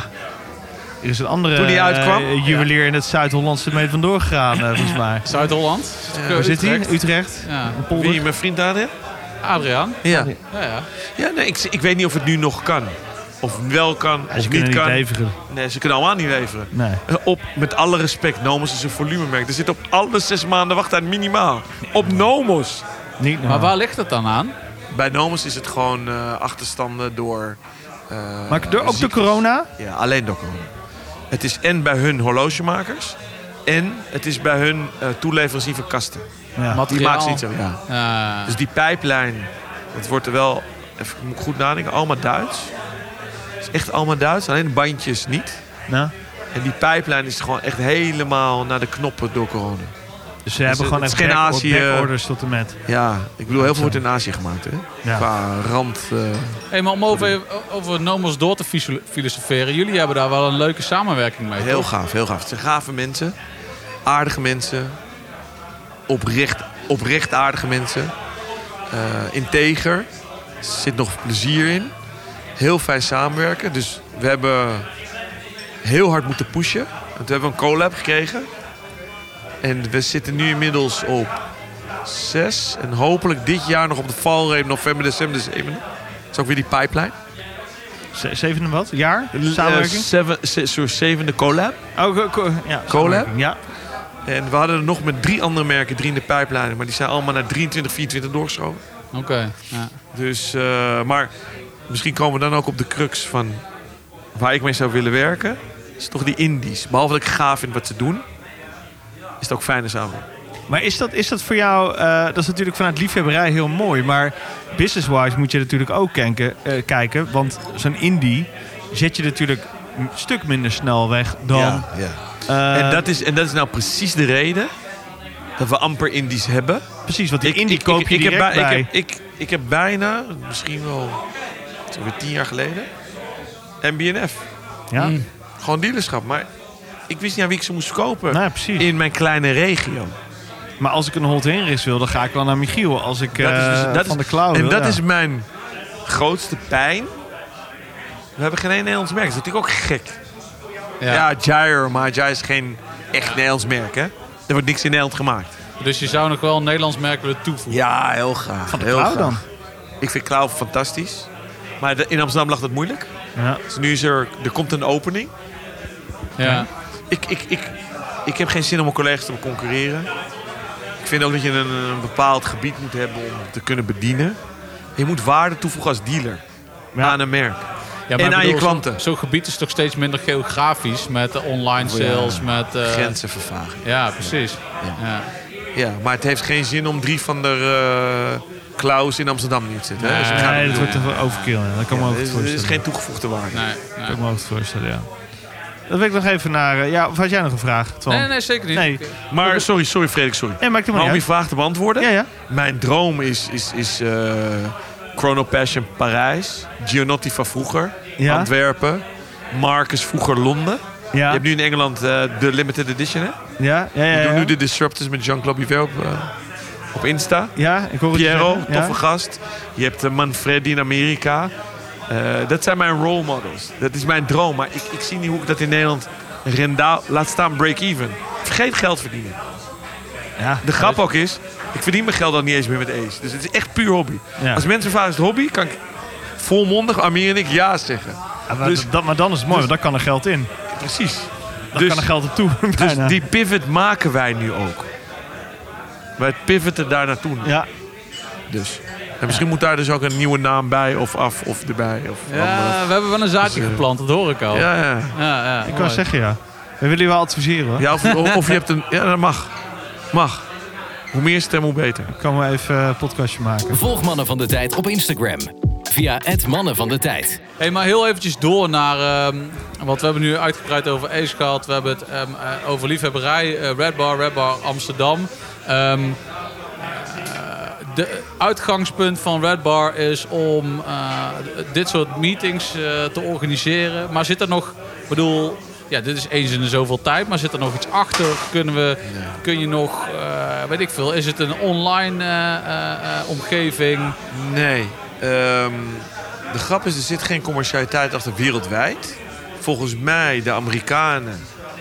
er is een andere Toen die uitkwam? uh, juwelier in het Zuid-Hollandse mee vandoor gegaan, uh, volgens mij. Zuid-Holland. Ja, Waar zit hij? Utrecht. Utrecht? Ja. Een polder? Wie, mijn vriend Adriaan? Adriaan. Ja. Ja, ja. Ja, nee, ik, ik weet niet of het nu nog kan. Of wel kan, Ja, of ze niet kunnen kan. niet leveren. Nee, ze kunnen allemaal niet leveren. Nee. Uh, Op, met alle respect, Nomos is een volumemerk. Er zit op alle zes maanden wachttijd minimaal. Op Nomos. Niet Maar nou. waar ligt het dan aan? Bij Nomos is het gewoon uh, achterstanden door... Uh, Maar door, ook de ziektes. corona? Ja, alleen door corona. Het is en bij hun horlogemakers... en het is bij hun uh, toeleverancier van kasten. Ja. Die Materiaal. maken ze niet zo, ja. Ja. Dus die pijplijn, dat wordt er wel... Even moet ik goed nadenken, allemaal Duits. Het is echt allemaal Duits, alleen de bandjes niet. Nou, En die pijplijn is gewoon echt helemaal naar de knoppen door corona. dus ze hebben het- gewoon het echt is geen back- Azië- backorders tot en met. Ja, ik bedoel, heel veel wordt in Azië gemaakt, hè? Ja. Qua rand... Uh, Hey, maar om over, over Nomos door te fiso- filosoferen. Jullie hebben daar wel een leuke samenwerking mee, heel toch? gaaf, heel gaaf. Het zijn gave mensen. Aardige mensen. Oprecht, oprecht aardige mensen. Uh, integer. Er zit nog plezier in. Heel fijn samenwerken. Dus we hebben heel hard moeten pushen. Want we hebben een collab gekregen. En we zitten nu inmiddels op zes. En hopelijk dit jaar nog op de valreep. November, december, zevende. Dat is ook weer die pipeline. Z- Zevende wat? Jaar? Samenwerking? Uh, seven, se- sorry, zevende collab. Oh, co- co- ja, Collab? samenwerking, ja. En we hadden er nog met drie andere merken, drie in de pijplijnen. Maar die zijn allemaal naar drieëntwintig, vierentwintig doorgeschoven. Oké. Ja. Dus, uh, maar misschien komen we dan ook op de crux van waar ik mee zou willen werken. Is toch die indies. Behalve dat ik gaaf vind wat ze doen. het ook fijne samen. Maar is dat, is dat voor jou, uh, dat is natuurlijk vanuit liefhebberij heel mooi. Maar business-wise moet je natuurlijk ook kenken, uh, kijken. Want zo'n indie zet je natuurlijk een stuk minder snel weg dan... Ja, ja. Uh, en, dat is, en dat is nou precies de reden dat we amper indies hebben. Precies, want die ik, indie ik, koop ik, je ik direct heb bij, bij. Ik heb, ik, ik heb bijna, misschien wel weer tien jaar geleden, M B N F. Ja? Mm. Gewoon dealerschap. Maar ik wist niet aan wie ik ze moest kopen Nou, precies. in mijn kleine regio. Maar als ik een Holt Henrichs wil, dan ga ik wel naar Michiel. Als ik uh, Dat is dus- dat van is- de Klauw En wil, dat ja. is mijn grootste pijn. We hebben geen één Nederlands merk. Dat is natuurlijk ook gek. Ja. Ja, Gyre, maar Gyre is geen echt Nederlands merk, hè? Er wordt niks in Nederland gemaakt. Dus je zou nog wel een Nederlands merk willen toevoegen. Ja, heel graag. Van de heel Klauw graag. dan? Ik vind Klauw fantastisch. Maar de- in Amsterdam lag dat moeilijk. Ja. Dus nu is er... Er komt een opening. Ja. Ik, ik, ik, ik heb geen zin om mijn collega's te concurreren. Ik vind ook dat je een, een bepaald gebied moet hebben om te kunnen bedienen. Je moet waarde toevoegen als dealer Ja. aan een merk. Ja, En ik aan je bedoel, zo- klanten. Zo'n gebied is toch steeds minder geografisch met de online Oh ja. sales, met... eh, Grenzen vervagen. Ja, precies. Ja. Ja, maar het heeft geen zin om drie van de uh, Klaus in Amsterdam neer te zetten. hè? Dus we gaan Nee, het dat doen. wordt toch wel overkill. Ja. Dat kan me Ja, ook er goed is, er voorstellen. is geen toegevoegde waarde. Nee, nee. Dat kan me ook goed voorstellen, ja. Dat wil ik nog even naar... uh, ja, of had jij nog een vraag, Twan? Nee, nee, zeker niet. Nee. Maar sorry, sorry Frederik, sorry. Nee, maakt het Maar maar om niet je vraag te beantwoorden. uit. Ja, ja. Mijn droom is, is, is uh, Chrono Passion Parijs. Gianotti van vroeger. Ja. Antwerpen. Marcus vroeger Londen. Ja, Je hebt nu in Engeland uh, de limited edition, hè? ja, ja, ja, We doen ja. nu de Disruptors met Jean-Claude Bivet op, uh, op Insta. Ja, ik hoor het je Piero, zeggen. Ja. toffe gast. Je hebt uh, Manfredi in Amerika. Uh, dat zijn mijn role models. Dat is mijn droom. Maar ik, ik zie niet hoe ik dat in Nederland renda- laat staan break-even. Vergeet geld verdienen. Ja. De grap ook is, ik verdien mijn geld dan niet eens meer met Ace. Dus het is echt puur hobby. Ja. Als mensen vragen, is het hobby? Kan ik volmondig, Amir en ik, ja zeggen. Ja, maar, Dus- dat, maar dan is het mooi, dus- want dan kan er geld in. Precies. Dan Dus, kan er geld op toe. dus bijna. die pivot maken wij nu ook. Wij pivoten daar naartoe. Ja, Dus. En misschien moet daar dus ook een nieuwe naam bij, of af, of erbij. Of Ja, we hebben wel een zaadje Dus, uh, geplant, dat hoor ik al. ja, ja. ja, ja, ik mooi. kan zeggen ja. We willen je wel adviseren hoor. ja of, of, of je hebt een... Ja, dat mag. Mag. Hoe meer stemmen, hoe beter. Ik kan wel even een podcastje maken. Volg Mannen van de Tijd op Instagram. Via het Mannen van de Tijd. Hey, maar heel eventjes door naar... ehm, want we hebben nu uitgebreid over Ace gehad. We hebben het ehm, eh, over liefhebberij. eh, Red Bar, Red Bar Amsterdam. Ehm de uitgangspunt van Red Bar is om uh, dit soort meetings uh, te organiseren. Maar zit er nog... Ik bedoel... Ja, dit is eens in de zoveel tijd. Maar zit er nog iets achter? Kunnen we... Kun je nog... Uh, weet ik veel. Is het een online uh, uh, uh, omgeving? Nee. Ehm, de grap is, er zit geen commercialiteit achter wereldwijd. Volgens mij, de Amerikanen...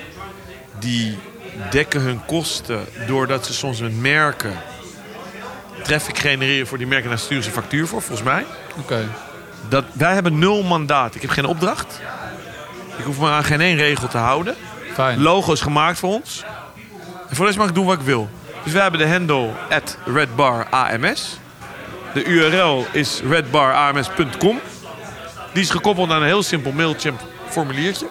die dekken hun kosten doordat ze soms met merken... traffic genereren voor die merken en daar sturen ze een factuur voor, volgens mij. Oké. Okay. Dat, wij hebben nul mandaat. Ik heb geen opdracht. Ik hoef me aan geen één regel te houden. Fijn. Logo is gemaakt voor ons. En voor de rest mag ik doen wat ik wil. Dus wij hebben de handle at redbarams. De U R L is redbarams punt com. Die is gekoppeld aan een heel simpel Mailchimp formuliertje.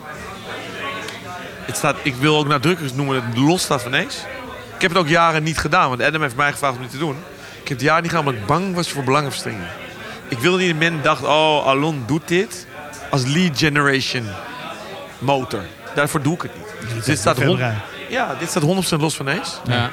Het staat, ik wil ook nadrukkelijk noemen dat het los staat van Ace. Ik heb het ook jaren niet gedaan, want Adam heeft mij gevraagd om het te doen. Ik heb het jaar niet gedaan omdat ik bang was voor belangenverstrengeling. Ik wilde niet dat men dacht, oh, Alon doet dit als lead generation motor. Daarvoor doe ik het niet. Dus dit, staat hond- ja, dit staat honderd procent los van Ace. Ja.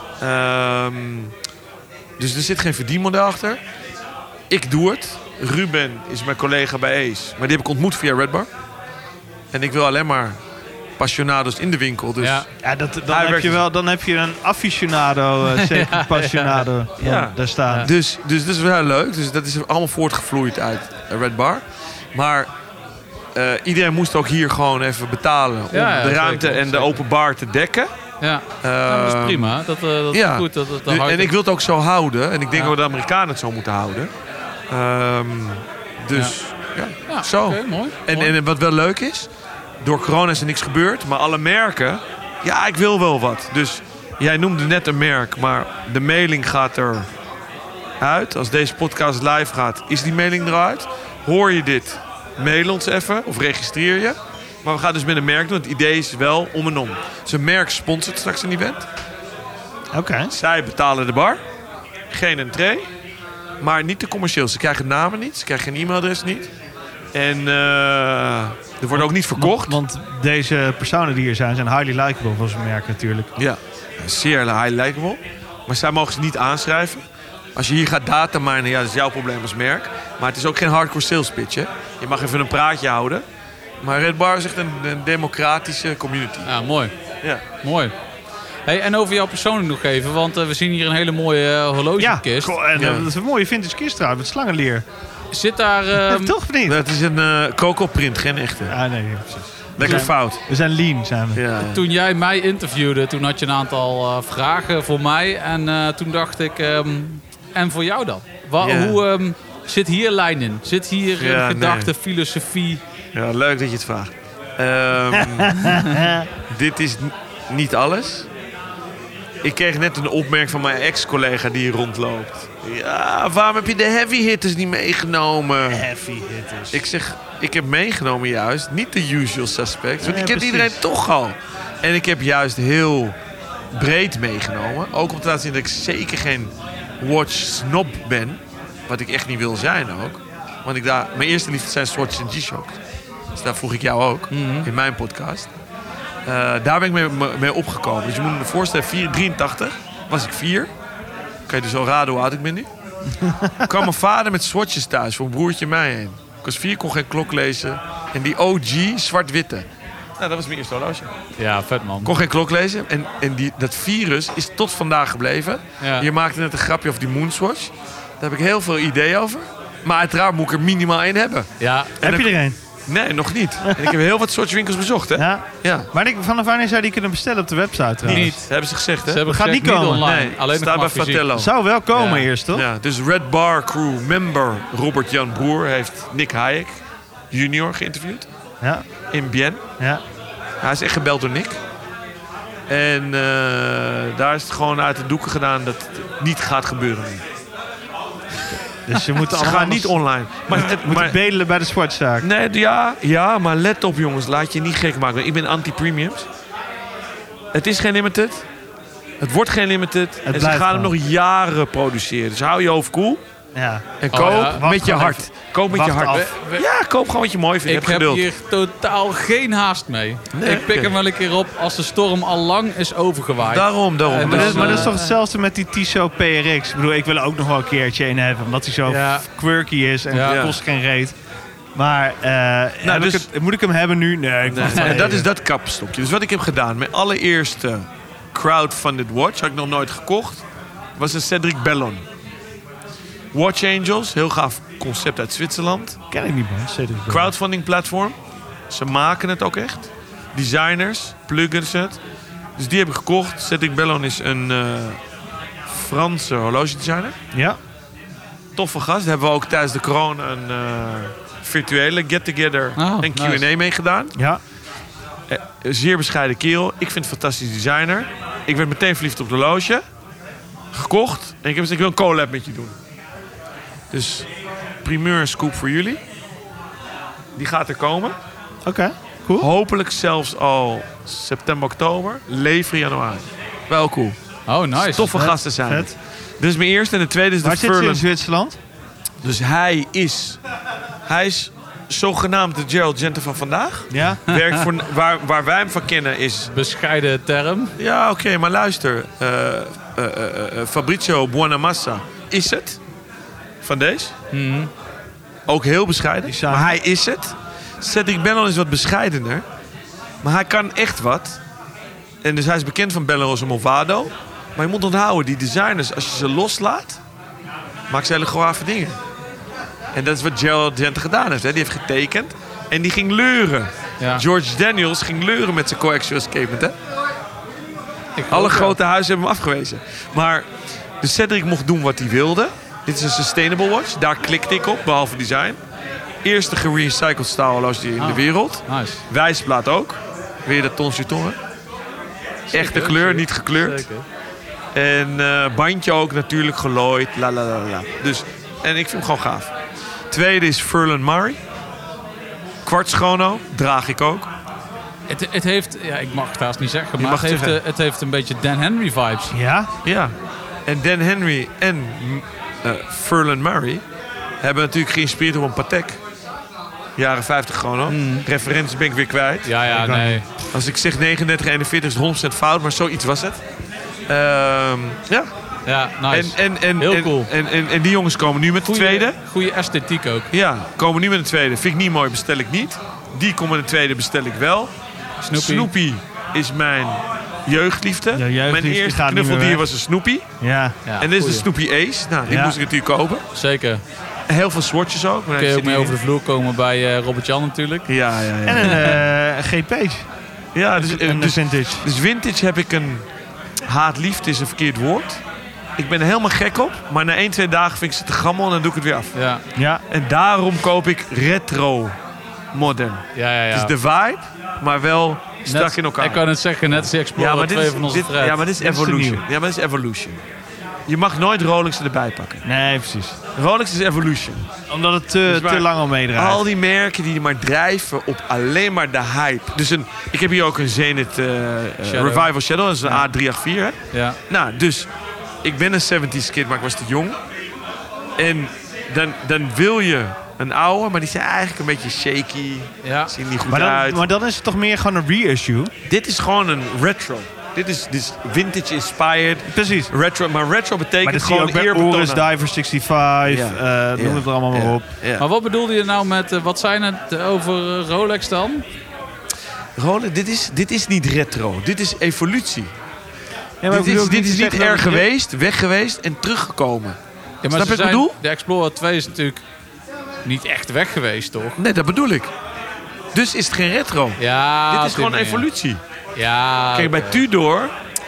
Um, dus er zit geen verdienmodel achter. Ik doe het. Ruben is mijn collega bij Ace. Maar die heb ik ontmoet via Red Bar. En ik wil alleen maar passionados in de winkel. Dus Ja. Ja, dat, dan, Hij heb werkt je dus- wel, dan heb je een aficionado, uh, zeker passionado Ja. ja, daar staan. Ja. Dus, dus dat is wel leuk. Dus dat is allemaal voortgevloeid uit Red Bar. Maar uh, iedereen moest ook hier gewoon even betalen om Ja, ja, de ruimte zeker, en de zeker. open bar te dekken. Ja. Ja, dat is prima. Dat, uh, dat ja. is goed. Dat, dat, dat Nu- houdt en ik wil het ook zo houden. En ik denk Ja. ook dat de Amerikanen het zo moeten houden. Um, dus ja, ja, zo. Okay, mooi. En, mooi. en wat wel leuk is, door corona is er niks gebeurd. Maar alle merken, ja, ik wil wel wat. Dus jij noemde net een merk, maar de mailing gaat er uit. Als deze podcast live gaat, is die mailing eruit. Hoor je dit, mail ons even of registreer je. Maar we gaan dus met een merk doen. Het idee is wel om en om. Dus een merk sponsort straks een event. Oké. Okay. Zij betalen de bar. Geen entree. Maar niet te commercieel. Ze krijgen namen niet. Ze krijgen geen e-mailadres niet. En uh, er wordt ook niet verkocht. Want, want deze personen die hier zijn, zijn highly likable van zijn merk natuurlijk. Ja, zeer highly likable. Maar zij mogen ze niet aanschrijven. Als je hier gaat dataminen, ja, dat is jouw probleem als merk. Maar het is ook geen hardcore sales pitch, hè. Je mag even een praatje houden. Maar Red Bar is echt een, een democratische community. Ja, mooi. Ja. Mooi. Hey, en over jou persoonlijk nog even, want uh, we zien hier een hele mooie uh, horlogekist. Ja, en, uh, ja, dat is een mooie vintage kist trouwens, met slangenleer. Zit daar... Uh, Toch of niet? Dat is een uh, Coco print, geen echte. Ah, nee, precies. Lekker we zijn, fout. We zijn lean, zijn we. Ja, ja. Toen jij mij interviewde, toen had je een aantal uh, vragen voor mij. En uh, toen dacht ik, um, en voor jou dan? Wa- Ja. Hoe um, zit hier lijn in? Zit hier Ja, uh, gedachte, nee. filosofie? Ja, leuk dat je het vraagt. Um, dit is n- niet alles. Ik kreeg net een opmerking van mijn ex-collega die hier rondloopt. Ja, waarom heb je de heavy hitters niet meegenomen? Heavy hitters. Ik zeg, ik heb meegenomen juist, niet de usual suspects. Want Ja, die kent precies. iedereen toch al. En ik heb juist heel breed meegenomen. Ook om te laten zien dat ik zeker geen watch snob ben. Wat ik echt niet wil zijn ook. Want ik daar, mijn eerste liefde zijn Swatch en G-Shock. Dus daar vroeg ik jou ook, Mm-hmm. in mijn podcast. Uh, daar ben ik mee, mee opgekomen. Dus je moet me voorstellen, vier, drieëntachtig was ik vier. Kan je dus al raden hoe oud ik ben nu? kwam mijn vader met swatches thuis voor een broertje en mij heen. Ik was vier, kon geen klok lezen. En die O G zwart-witte. Nou, dat was mijn eerste horloge. Ja, vet man. Kon geen klok lezen. En, en die, dat virus is tot vandaag gebleven. Ja. Je maakte net een grapje over die Moonswatch. Daar heb ik heel veel ideeën over. Maar uiteraard moet ik er minimaal één hebben. Ja, Heb je er een? Nee, nog niet. En ik heb heel wat Swatch-winkels bezocht, hè? Ja. Ja. Maar ik, vanaf wanneer zou je die kunnen bestellen op de website trouwens? niet. Dat hebben ze gezegd, hè? Ze hebben Gaat gezegd, niet komen. online. Nee, Alleen nog staat bij maar fysiek. Fratello. Zou wel komen Ja. eerst, toch? Ja, dus Red Bar Crew member Robert-Jan Broer heeft Nick Hayek junior geïnterviewd Ja. in Bien. Ja. Hij is echt gebeld door Nick. En uh, daar is het gewoon uit de doeken gedaan dat het niet gaat gebeuren nu. Dus je moet Ze allemaal gaan niet online. Maar, het, moet maar, bedelen bij de sportzaak. nee, ja, ja, maar let op jongens, laat je niet gek maken. Ik ben anti-premiums. Het is geen limited. Het wordt geen limited. En ze blijft gaan hem gewoon. nog jaren produceren. Dus hou je hoofd koel. Ja. En Oh, koop ja. met je Wacht hart. Koop met je Wacht hart. af. Ja, koop gewoon wat je mooi vindt. Ik heb heb geduld. hier totaal geen haast mee. Nee, ik pik oké. hem wel een keer op als de storm al lang is overgewaaid. Daarom, daarom. En Maar, dus, dat, maar dat is eh, toch hetzelfde met die Tissot P R X. Ik bedoel, ik wil er ook nog wel een keertje een hebben. Omdat hij zo Ja. f- quirky is en Ja. het kost geen reet. Maar eh, heb dus- ik het, moet ik hem hebben nu? Nee, ik Nee, wacht en even. dat is dat kapstokje. Dus wat ik heb gedaan, mijn allereerste crowdfunded watch, had ik nog nooit gekocht, was een Cedric Bellon. Watch Angels, heel gaaf concept uit Zwitserland. Ken ik niet, man. Cedric Bellon. Crowdfunding platform. Ze maken het ook echt. Designers, pluggen het. Dus die heb ik gekocht. Cedric Bellon is een uh, Franse horlogedesigner. Ja. Toffe gast. Daar hebben we ook tijdens de corona een uh, virtuele get-together Oh, en Q en A nice. mee gedaan. Ja. Eh, zeer bescheiden kerel. Ik vind het een fantastisch designer. Ik werd meteen verliefd op de horloge. Gekocht. En ik heb gezegd, ik wil een collab met je doen. Dus primeur scoop voor jullie. Die gaat er komen. Oké. Cool. Hopelijk zelfs al september, oktober. Leveren januari. Wel cool. Oh, nice. Toffe Vet, gasten zijn vet. het. Dus mijn eerste en de tweede is de Waar zit ze in Furlan. Zwitserland? Dus hij is... Hij is zogenaamd de Gerald Genter van vandaag. Ja. Werkt voor, waar, waar wij hem van kennen is... Bescheiden term. Ja, oké, maar luister. Uh, uh, uh, uh, Fabrizio Buonamassa is het. Van deze. Mhm. Ook heel bescheiden. Designer. Maar hij is het. Cedric Bellon is wat bescheidener. Maar hij kan echt wat. En dus hij is bekend van Belleroso Movado. Maar je moet onthouden, die designers, als je ze loslaat, maken ze hele grove dingen. En dat is wat Gerald Genter gedaan heeft. Hè. Die heeft getekend. En die ging leuren. Ja. George Daniels ging leuren met zijn coaxial escapement. Hè. Ik Alle geloof grote huizen hebben hem afgewezen. Maar dus Cedric mocht doen wat hij wilde. Dit is een sustainable watch. Daar klikte ik op, behalve design. Eerste gerecycled staal horloge in de Ah. wereld. wel. Nice. Wijsplaat ook. Weer de Ton Suton. Echte kleur, zeker. niet gekleurd. Zeker. En eh, bandje ook natuurlijk gelooid. La, la, la, la. Dus, en ik vind hem gewoon gaaf. Tweede is Furlan Murray. Kwartschrono, draag ik ook. Het, het heeft, ja, ik mag het haast niet zeggen, Je maar mag het heeft, zeggen. eh, het heeft een beetje Dan Henry vibes. Ja? Ja. En Dan Henry en uh, Furlan Murray hebben natuurlijk geïnspireerd op een Patek. Jaren vijftig chrono. Mm. Referenties ben ik weer kwijt. Ja, ja, nee. Als ik zeg negenendertig eenenveertig is het honderd procent fout, maar zoiets was het. Ehm, ja. Ja, nice. En, en, en, Heel en, cool. En, en, en die jongens komen nu met de tweede. Goede esthetiek ook. Ja, komen nu met een tweede. Vind ik niet mooi, bestel ik niet. Die komt met een tweede, bestel ik wel. Snoopy. Snoopy is mijn jeugdliefde. Ja, jeugdliefde, mijn die eerste gaat niet meer knuffeldier weg. was een Snoopy. Ja. Ja, en dit is de goeie. Snoopy Ace. Nou, die Ja. moest ik natuurlijk kopen. Zeker. Heel veel swatches ook. Maar Kun je hij ook zit mee hier over de vloer komen bij uh, Robert Jan natuurlijk. in. Ja, ja, ja. En een uh, G P's. ja dus, En een dus, vintage. dus vintage heb ik een... Haat-liefde is een verkeerd woord. Ik ben er helemaal gek op. Maar na één, twee dagen vind ik ze te gammel en dan doe ik het weer af. Ja, Ja. En daarom koop ik retro modern. ja, ja. ja. Het is de vibe, maar wel strak Net- in elkaar. Ik kan het zeggen, net als die Explorer Ja, maar dit twee is, van onze dit, Fred. ja, maar dit is Dit is de Evolution. nieuwe. Ja, maar dit is Evolution. Je mag nooit Rolex erbij pakken. Nee, precies. Rolex is Evolution. Omdat het te, Dus maar te lang al meedraait. Al die merken die maar drijven op alleen maar de hype. Dus een, ik heb hier ook een Zenith uh, Shadow. Revival Shadow. Dat is een A drie acht vier. Hè? Ja. Nou, dus ik ben een zeventig's kid, maar ik was te jong. En dan, dan wil je een oude, maar die zijn eigenlijk een beetje shaky. Ja. Zien niet goed Maar uit. dan, maar dan is het toch meer gewoon een reissue? Dit is gewoon een retro. Dit is, dit is vintage inspired. Precies. Retro, maar retro betekent Maar dat zie je gewoon ook bij eerbetoon Oris aan- Diver vijfenzestig, Ja. eh, noem Ja. het er allemaal maar Ja. op. Ja. Maar wat bedoelde je nou met, uh, wat zijn het uh, over uh, Rolex dan? Rolex, dit is, dit is niet retro. Dit is evolutie. Ja, Dit is, dit is niet zeggen dat er het- geweest, weg geweest en teruggekomen. Ja, Snap je ze wat ik zijn- bedoel? De Explorer twee is natuurlijk niet echt weg geweest, toch? Nee, dat bedoel ik. Dus is het geen retro. Ja, dit op is die gewoon manier. evolutie. Ja, Kijk, bij oké. Tudor...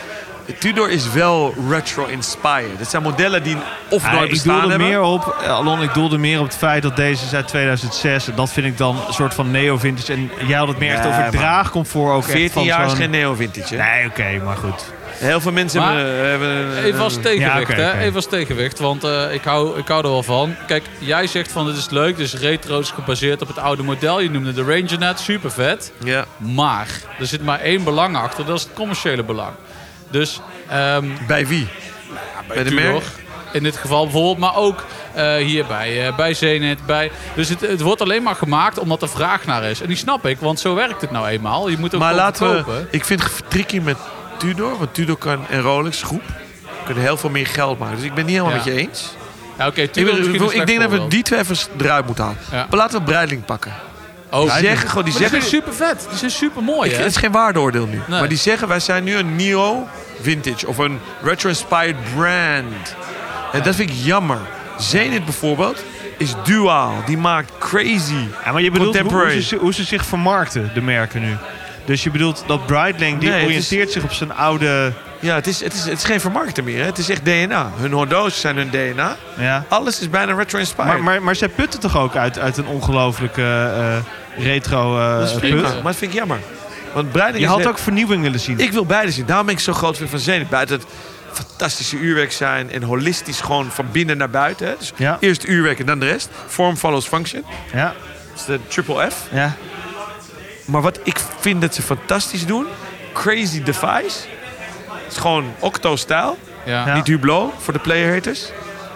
Tudor is wel retro-inspired. Het zijn modellen die of Ah, nooit ik bestaan doelde hebben. meer op, eh, Alon, ik doelde meer op het feit dat deze is uit tweeduizend zes. En dat vind ik dan een soort van neo-vintage. En jij had het meer echt Nee, over maar draagcomfort. Ook echt veertien van jaar is zo'n- geen neo-vintage. hè? Nee, oké, maar goed. Heel veel mensen Maar- hebben... hebben Even als tegenwicht, Ja, oké, hè? oké. Even als tegenwicht, want uh, ik, hou, ik hou er wel van. Kijk, jij zegt van dit is leuk, dus retro is gebaseerd op het oude model. Je noemde de Ranger net, super vet. ja. Maar er zit maar één belang achter, dat is het commerciële belang. Dus ehm Bij wie? bij de Tudor, merk? in dit geval bijvoorbeeld, maar ook uh, hier bij, uh, bij Zenith. Bij, dus het, het wordt alleen maar gemaakt omdat er vraag naar is. En die snap ik, want zo werkt het nou eenmaal. Je moet ook Maar gewoon laten we... verkopen. Ik vind het tricky met Tudor. Want Tudor kan, en Rolex groep kunnen heel veel meer geld maken. Dus ik ben het niet helemaal Ja. met je eens. Ja, oké, Ik, Tudor is ben- misschien ik, een ik slecht denk dat we voorbeeld. die twee even eruit moeten halen. Ja. Maar laten we Breitling pakken. Oh, Die zeggen gewoon... Die maar die zeggen, zijn super vet. Die zijn super mooi, Ik- hè? het is geen waardeoordeel nu. Nee. Maar die zeggen, wij zijn nu een neo vintage of een retro-inspired brand. En dat vind ik jammer. Zenith bijvoorbeeld is duaal. Die maakt crazy. Ja, maar je bedoelt hoe, Contemporary. hoe, ze, hoe ze zich vermarkten, de merken nu. Dus je bedoelt dat Breitling, die Nee, het oriënteert zich op zijn oude... Ja, het is, het is, het is geen vermarkter meer. Hè. Het is echt D N A. Hun horloges zijn hun D N A. Ja. Alles is bijna retro-inspired. Maar, maar, maar zij putten toch ook uit, uit een ongelooflijke eh, retro eh, dat is put? prima. Maar dat vind ik jammer. Want Breitling Je is had net- ook vernieuwing willen zien. Ik wil beide zien. Daarom ben ik zo groot fan van Zenith. Buiten het fantastische uurwerk zijn en holistisch gewoon van binnen naar buiten. Hè. Dus Ja. eerst uurwerk en dan de rest. Form follows function. Ja, Dat is de triple F. ja. Maar wat ik vind dat ze fantastisch doen, Crazy Device. Het is gewoon Octo-stijl. Ja. Ja. Niet Hublot voor de playerhaters.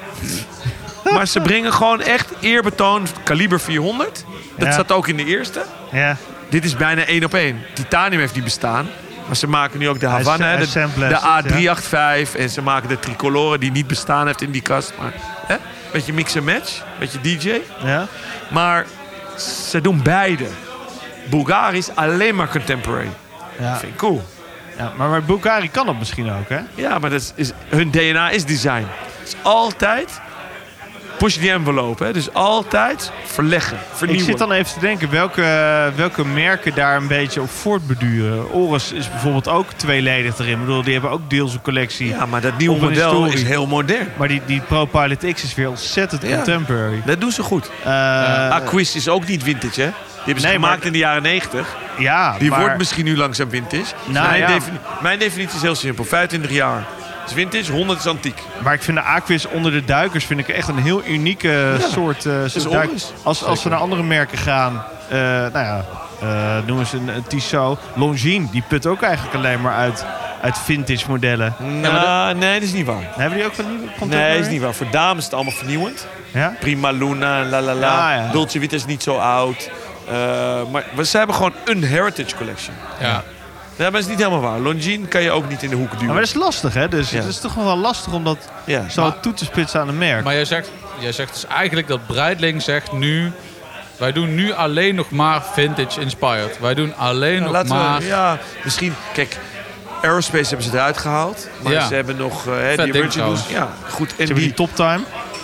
Maar ze brengen gewoon echt eerbetoon kaliber vierhonderd. Dat Ja. zat ook in de eerste. ja. Dit is bijna één op één. Titanium heeft niet bestaan. Maar ze maken nu ook de Havana, Hij hè, de, assembled de het, A drie acht vijf. En ze maken de Tricolore die niet bestaan heeft in die kast. Maar, hè? Beetje mix en match. Beetje D J. ja. Maar ze doen beide. Bulgari is alleen maar contemporary. ja. Vind ik cool. ja maar, maar Bulgari kan dat misschien ook, hè? Ja, maar dat is, is, hun D N A is design. Het is altijd push the envelope. Hè? Dus altijd verleggen, Ik vernieuwen. zit dan even te denken welke, welke merken daar een beetje op voortbeduren. Oris is bijvoorbeeld ook tweeledig erin. Ik bedoel, die hebben ook deels een collectie. Ja, maar dat nieuwe Op een model historie. is heel modern. Maar die, die ProPilot X is weer ontzettend Ja. contemporary. Dat doen ze goed. Eh, Aquis is ook niet vintage, hè? Die hebben ze Nee, maar- gemaakt in de jaren negentig. ja, Die maar, wordt misschien nu langzaam vintage. Nou, mijn, ja. defini- mijn definitie is heel simpel. vijfentwintig jaar is vintage, honderd is antiek. maar ik vind de Aquis onder de duikers vind ik echt een heel unieke soort, eh soort is duik. Oris. Als, als ze naar andere merken gaan, eh, nou ja, Uh, noem eens een, een Tissot. Longines, die put ook eigenlijk alleen maar uit, uit vintage modellen. Nou, ja, nee, dat is niet waar. Hebben die ook van nieuwe Nee, dat is niet waar. Voor dames is het allemaal vernieuwend. Ja? Prima Luna, la la la. Ja, ja. Dolce Vita is niet zo oud. Uh, maar, maar ze hebben gewoon een heritage collection. Ja. Ja, maar dat is niet helemaal waar. Longines kan je ook niet in de hoeken duwen. Maar dat is lastig, hè? Dus Ja. het is toch wel lastig om dat Ja. zo Maar- toe te spitsen aan een merk. Maar jij zegt, jij zegt dus eigenlijk dat Breitling zegt nu... Wij doen nu alleen nog maar vintage inspired. Wij doen alleen Ja, nog laten maar... we, ja, misschien... Kijk, Aerospace hebben ze eruit gehaald. Maar Ja. ze hebben nog uh, hè, Vet die ding originals. trouwens. Ja, goed. En Ze hebben die die Top Time.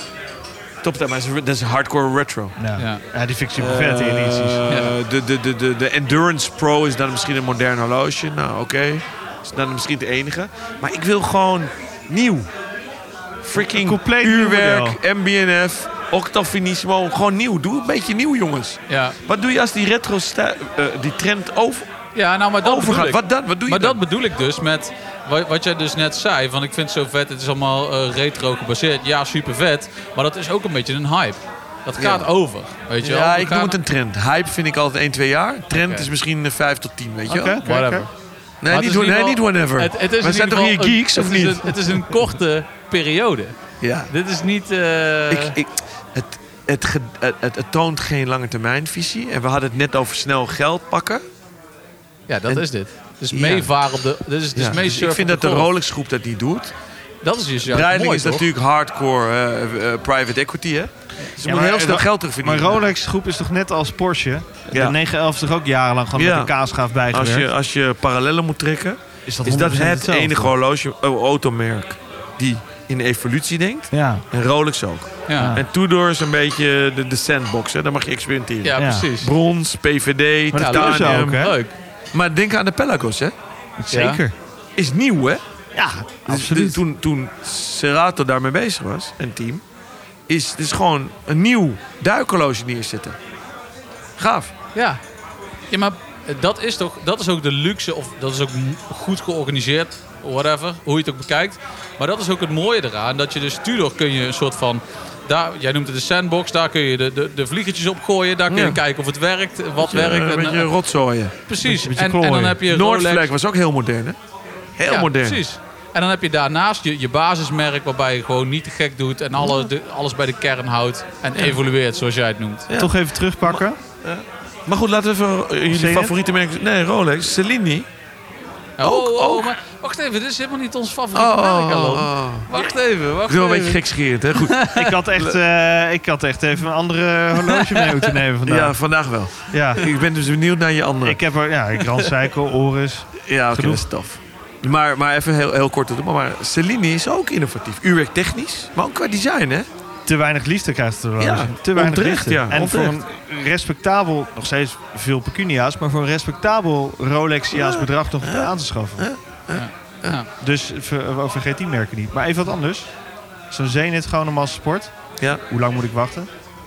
top dat is, dat is hardcore retro. Ja, Ja. ja die vind ik super vette edities. Uh, Ja. de, de, de, de, de Endurance Pro is dan misschien een modern horloge. Nou, oké. Okay. Is dan misschien de enige. Maar ik wil gewoon nieuw. Freaking Compleet nieuw uurwerk, model. M B N F, Octa Finissimo. Gewoon nieuw. Doe een beetje nieuw, jongens. Ja. Wat doe je als die retro sta- uh, die trend over, Ja, nou, maar dat bedoel overgaat? ik. Wat, dan? Wat doe je Maar dan? dat bedoel ik dus met wat, wat jij dus net zei. Van ik vind het zo vet, het is allemaal uh, retro gebaseerd. Ja, super vet. Maar dat is ook een beetje een hype. Dat gaat Ja. over. Weet je wel? Ja, We ik gaan- noem het een trend. Hype vind ik altijd één, twee jaar. Trend Oké. is misschien vijf tot tien, weet je Oké, wel? oké, Whatever. oké. Nee, Maar niet, het is in nee, ieder niet geval- whenever. Het, het is We in zijn ieder toch hier geval een- geeks, of het is niet? een- het is een korte periode. Ja. Dit is niet... uh, Ik, ik, het, het, ge- het, het, het toont geen lange termijnvisie. En we hadden het net over snel geld pakken. ja, dat en- is dit. Dus Ja. meevaren op de... Dit is, dit is Ja, mee dus ik surfen vind op dat de golf. Rolex groep dat niet doet. Dat is dus juist Breitling mooi, is toch? natuurlijk hardcore uh, uh, private equity, hè? Dus ze Ja, moeten maar- heel snel Ro- geld terugverdienen. Maar Rolex groep is toch net als Porsche? Ja. De negen elf is toch ook jarenlang gewoon Ja. met een kaasschaaf als bijgewerkt? je, als je parallellen moet trekken, is is dat honderd procent het hetzelfde? enige horloge, oh, automerk die in evolutie denkt. Ja. En Rolex ook. Ja, En Tudor is een beetje de, de sandbox, hè? Daar mag je experimenteren. ja, Ja. precies. Brons, P V D, Maar dat Ja, kunnen ze titanium. ook, hè? Leuk. Maar denk aan de Pelagos, hè? Zeker. Is nieuw, hè? Ja, Dus absoluut. de- toen, toen Serato daarmee bezig was, een team, is het is gewoon een nieuw duikhorloge neerzetten. Gaaf. Ja. Ja, maar dat is toch... Dat is ook de luxe, of dat is ook m- goed georganiseerd, whatever, hoe je het ook bekijkt. Maar dat is ook het mooie eraan, dat je dus Tudor kun je een soort van... Daar, jij noemt het de sandbox, daar kun je de, de, de vliegertjes op gooien. Daar kun je Ja. kijken of het werkt, wat Ja, werkt. een en, beetje eh, rotzooien. precies. beetje- beetje en, en dan klooien. heb je Noordvlek Rolex. was ook heel modern, hè? Heel Ja, modern. precies. En dan heb je daarnaast je, je basismerk waarbij je gewoon niet te gek doet en alle, de, alles bij de kern houdt en evolueert zoals jij het noemt. Ja. Toch even terugpakken. Maar goed, laten we even uh, jullie Zenith? favoriete merk... Nee, Rolex. Cellini. Oh, Ook- oh, oh, ook. maar wacht even, dit is helemaal niet ons favoriete Oh, oh, merk, Alon. oh. Wacht even, wacht Ik wil een even. beetje gekscherend, hè? Goed. Ik had, echt, eh, ik had echt even een andere horloge mee moeten nemen vandaag. Ja, vandaag wel. Ja. Ik ben dus benieuwd naar je andere. Ik heb er, ja, Grand Seiko, Oris. Ja, oké, Genoeg. dat is tof. Maar, maar even heel, heel kort te doen. Maar Cellini is ook innovatief. Uurwerk technisch, maar ook qua design, hè? Te weinig liefde krijgt het horloge. Ja, te weinig onterecht, liefde. ja, en onterecht. voor een respectabel, nog steeds veel pecunia's, maar voor een respectabel Rolexiaans bedrag nog aan te schaffen. Ja. Dus ver- vergeet die merken niet. Maar even wat anders. Zo'n Zenith gewoon een massasport. Ja. Hoe lang moet ik wachten?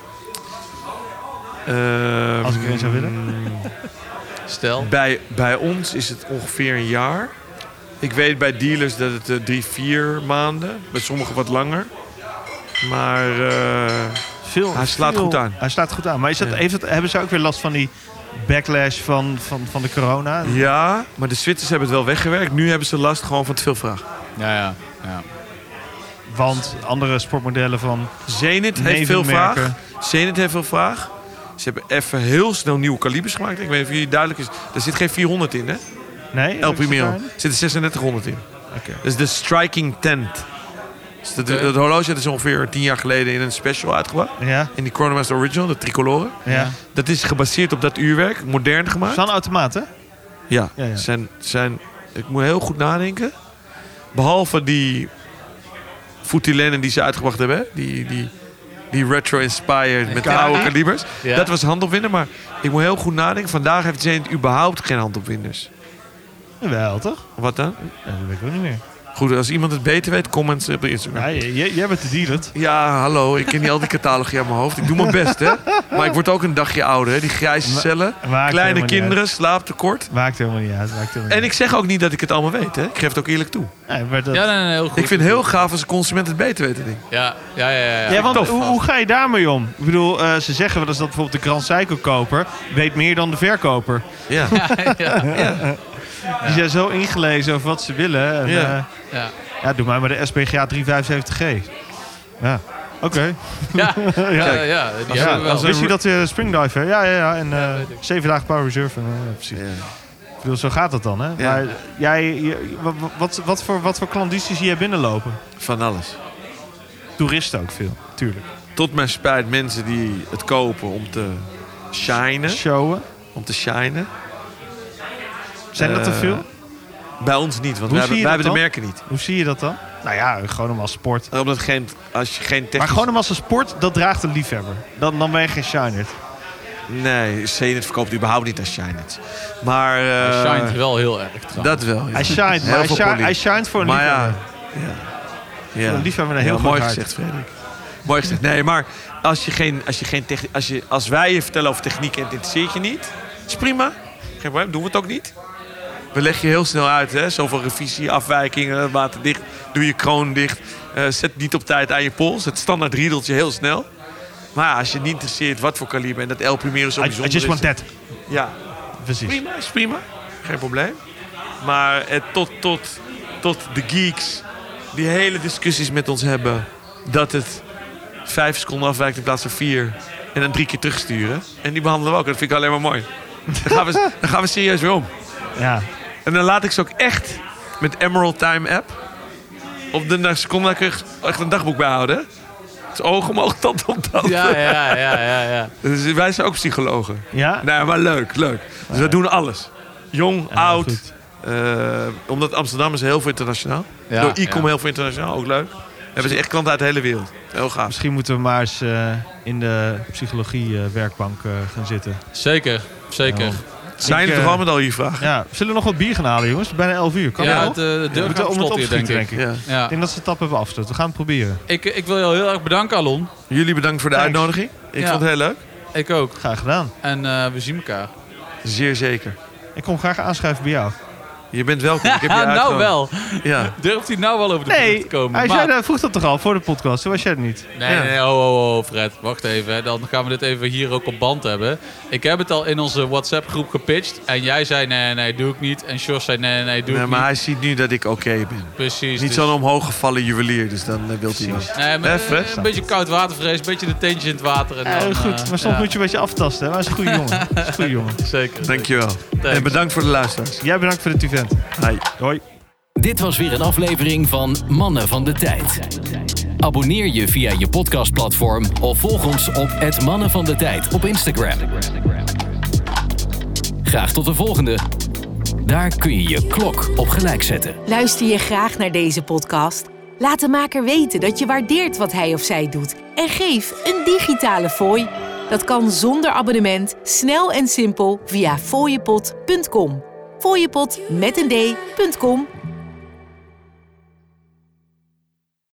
Ehm, Als ik er een zou willen. Stel. Bij, bij ons is het ongeveer een jaar. Ik weet bij dealers dat het eh, drie, vier maanden. Bij sommigen wat langer. Maar eh, Veel, Hij slaat veel- goed aan. Hij slaat goed aan. Maar is dat, Ja. heeft het, hebben ze ook weer last van die backlash van, van, van de corona? ja, maar de Zwitsers hebben het wel weggewerkt. Nu hebben ze last gewoon van te veel vraag. Ja, ja. ja. Want andere sportmodellen van Zenith heeft veel nevenmerken. vraag. Zenith heeft veel vraag. Ze hebben even heel snel nieuwe kalibers gemaakt. Ik weet niet of jullie duidelijk is. Er zit geen vierhonderd in, hè? Nee? El Heb je Primero. het Er zitten zesendertighonderd in. Oké. Dat is de Striking Tent. Dus dat, Oké. dat horloge is ongeveer tien jaar geleden in een special uitgebracht. Ja, In die Chronomaster Original, de tricolore. ja. Dat is gebaseerd op dat uurwerk, modern gemaakt. Zo'n automaat, hè? Ja, Ja, ja. Zijn, zijn, ik moet heel goed nadenken. Behalve die Futilennen die ze uitgebracht hebben. hè? Die, die, die retro-inspired met de Kali. oude kalibers. Ja. Dat was handopwinder, maar ik moet heel goed nadenken. Vandaag heeft Zenith überhaupt geen handopwinders. Wel, toch? Wat dan? Ja, dat weet ik ook niet meer. Goed, als iemand het beter weet, comments op de Instagram. Ja, jij, jij bent de dealer. Ja, hallo. Ik ken niet al die catalogie uit mijn hoofd. Ik doe mijn best, hè. Maar ik word ook een dagje ouder, hè. Die grijze Ma- cellen, maakt kleine helemaal niet kinderen, slaaptekort. Maakt helemaal niet uit. Maakt helemaal En niet ik zeg ook niet dat ik het allemaal weet, hè. Ik geef het ook eerlijk toe. uit. Nee, maar dat... Ja, nee, nee, heel goed. Ik vind het heel gaaf als een consument het beter weet, denk ik. Ja, ja, ja. ja, ja. Ja, want tof, hoe, gast. hoe ga je daarmee om? Ik bedoel, uh, ze zeggen wel eens dat bijvoorbeeld de Grand Seiko-koper weet meer dan de verkoper. Ja. ja, ja. Die zijn zo ingelezen over wat ze willen. En, Ja. ja. ja. ja, doe maar maar de S P G A driehonderdvijfenzeventig G. Ja, oké. Ja, ja. ja, ja, die Ja, hebben we wel. wist je dat uh, springdive? Ja, ja, ja. En uh, Ja, weet ik. zeven dagen power reserve. En, uh, precies. Ja. Ik bedoel, zo gaat het dan, hè? Ja. Maar jij, je- wa- wa- wat, wat, voor, wat voor klandities zie jij binnenlopen? Van alles. Toeristen ook veel, tuurlijk. Tot mijn spijt mensen die het kopen om te shinen. Showen. Om te shinen. Zijn dat er Eh, veel? Bij ons niet, want Hoe wij zie hebben, je wij dat hebben de dan? merken niet. Hoe zie je dat dan? Nou ja, gewoon hem als sport. Omdat geen, als je geen technisch... Maar gewoon hem als een sport, dat draagt een liefhebber. Dan, dan ben je geen shiner. Nee, Zenit verkoopt überhaupt niet als Shined. Maar... eh, Hij shined wel heel erg trouwens. Dat wel, ja. Hij shined, Heel maar hij, veel shine, poly. hij shined voor een Maar ja, liefhebber. ja. ja. Voor een liefhebber met een heel Ja, groot mooi hart. gezegd, Frederik. Mooi gezegd. Nee, maar als, je geen, als, je geen techni- als, je, als wij je vertellen over techniek en het interesseert je niet, is prima. Geen probleem, doen we het ook niet. We leggen je heel snel uit, hè. Zoveel revisie, afwijkingen, water dicht. Doe je kroon dicht. Uh, zet niet op tijd aan je pols. Het standaard riedeltje heel snel. Maar ja, als je niet interesseert wat voor kaliber en dat El Primero zo I, I bijzonder just is. want that. Ja, Precies. prima, is prima. Geen probleem. Maar het tot, tot, tot de geeks die hele discussies met ons hebben dat het vijf seconden afwijkt in plaats van vier en dan drie keer terugsturen. En die behandelen we ook. Dat vind ik alleen maar mooi. Dan gaan we, dan gaan we serieus weer om. Ja. En dan laat ik ze ook echt met Emerald Time app op de seconde echt een dagboek bijhouden. Dus oog omhoog, tand op tand. Ja, ja, ja, ja, ja. Dus wij zijn ook psychologen. Ja? Nee, maar leuk, leuk. Dus we doen alles. Jong, Ja, oud. goed. Uh, omdat Amsterdam is heel veel internationaal. Ja, Door e-com ja. heel veel internationaal, ook leuk. Hebben ze echt klanten uit de hele wereld. Heel gaaf. Misschien moeten we maar eens uh, in de psychologie uh, werkbank uh, gaan zitten. Zeker, zeker. Ja. Zijn Ik, er toch uh, al met al je vragen? Ja. Zullen we nog wat bier gaan halen, jongens? Bijna elf uur. Kan Ja, dat het, nog? uh, de We deur moeten gaat om het op slot hier, denk opschieten, ik. denk ik. Ja. Ik Ja. denk dat ze de tap hebben afgesloten. We gaan het proberen. Ik, ik wil jou heel erg bedanken, Alon. Jullie bedankt voor de Thanks. uitnodiging. Ik Ja. vond het heel leuk. Ik ook. Graag gedaan. En uh, we zien elkaar. Zeer zeker. Ik kom graag aanschuiven bij jou. Je bent welkom. Ik heb je nou uitgenodigd. wel. Ja. Durft hij nou wel over de product Nee, te komen? hij Maar- zei, dat- vroeg dat toch al voor de podcast. Zo was jij het niet. Nee, Ja. nee, nee, oh, oh, oh, Fred, wacht even. Hè. Dan gaan we dit even hier ook op band hebben. Ik heb het al in onze WhatsApp-groep gepitcht. En jij zei, nee, nee, doe ik niet. En Sjors zei, nee, nee, doe Nee, ik maar niet. hij ziet nu dat ik oké ben. Precies. Niet dus- zo'n omhooggevallen juwelier, dus dan uh, wil hij niet. Nee, maar, Hè, Fred? een beetje koud watervrees, een beetje de teentjes in het water. En Ja, dan, goed, eh, maar soms ja, moet je een beetje aftasten. Hè? Maar hij is een goede jongen. Hij is een goede jongen. Zeker. Dankjewel. En bedankt voor de luisteraars. Jij bedankt voor dit event. Hi. Hoi. Dit was weer een aflevering van Mannen van de Tijd. Abonneer je via je podcastplatform of volg ons op het Mannen van de Tijd op Instagram. Graag tot de volgende. Daar kun je je klok op gelijk zetten. Luister je graag naar deze podcast? Laat de maker weten dat je waardeert wat hij of zij doet. En geef een digitale fooi. Dat kan zonder abonnement, snel en simpel via fooiepot punt com. Fooiepot met een d punt com.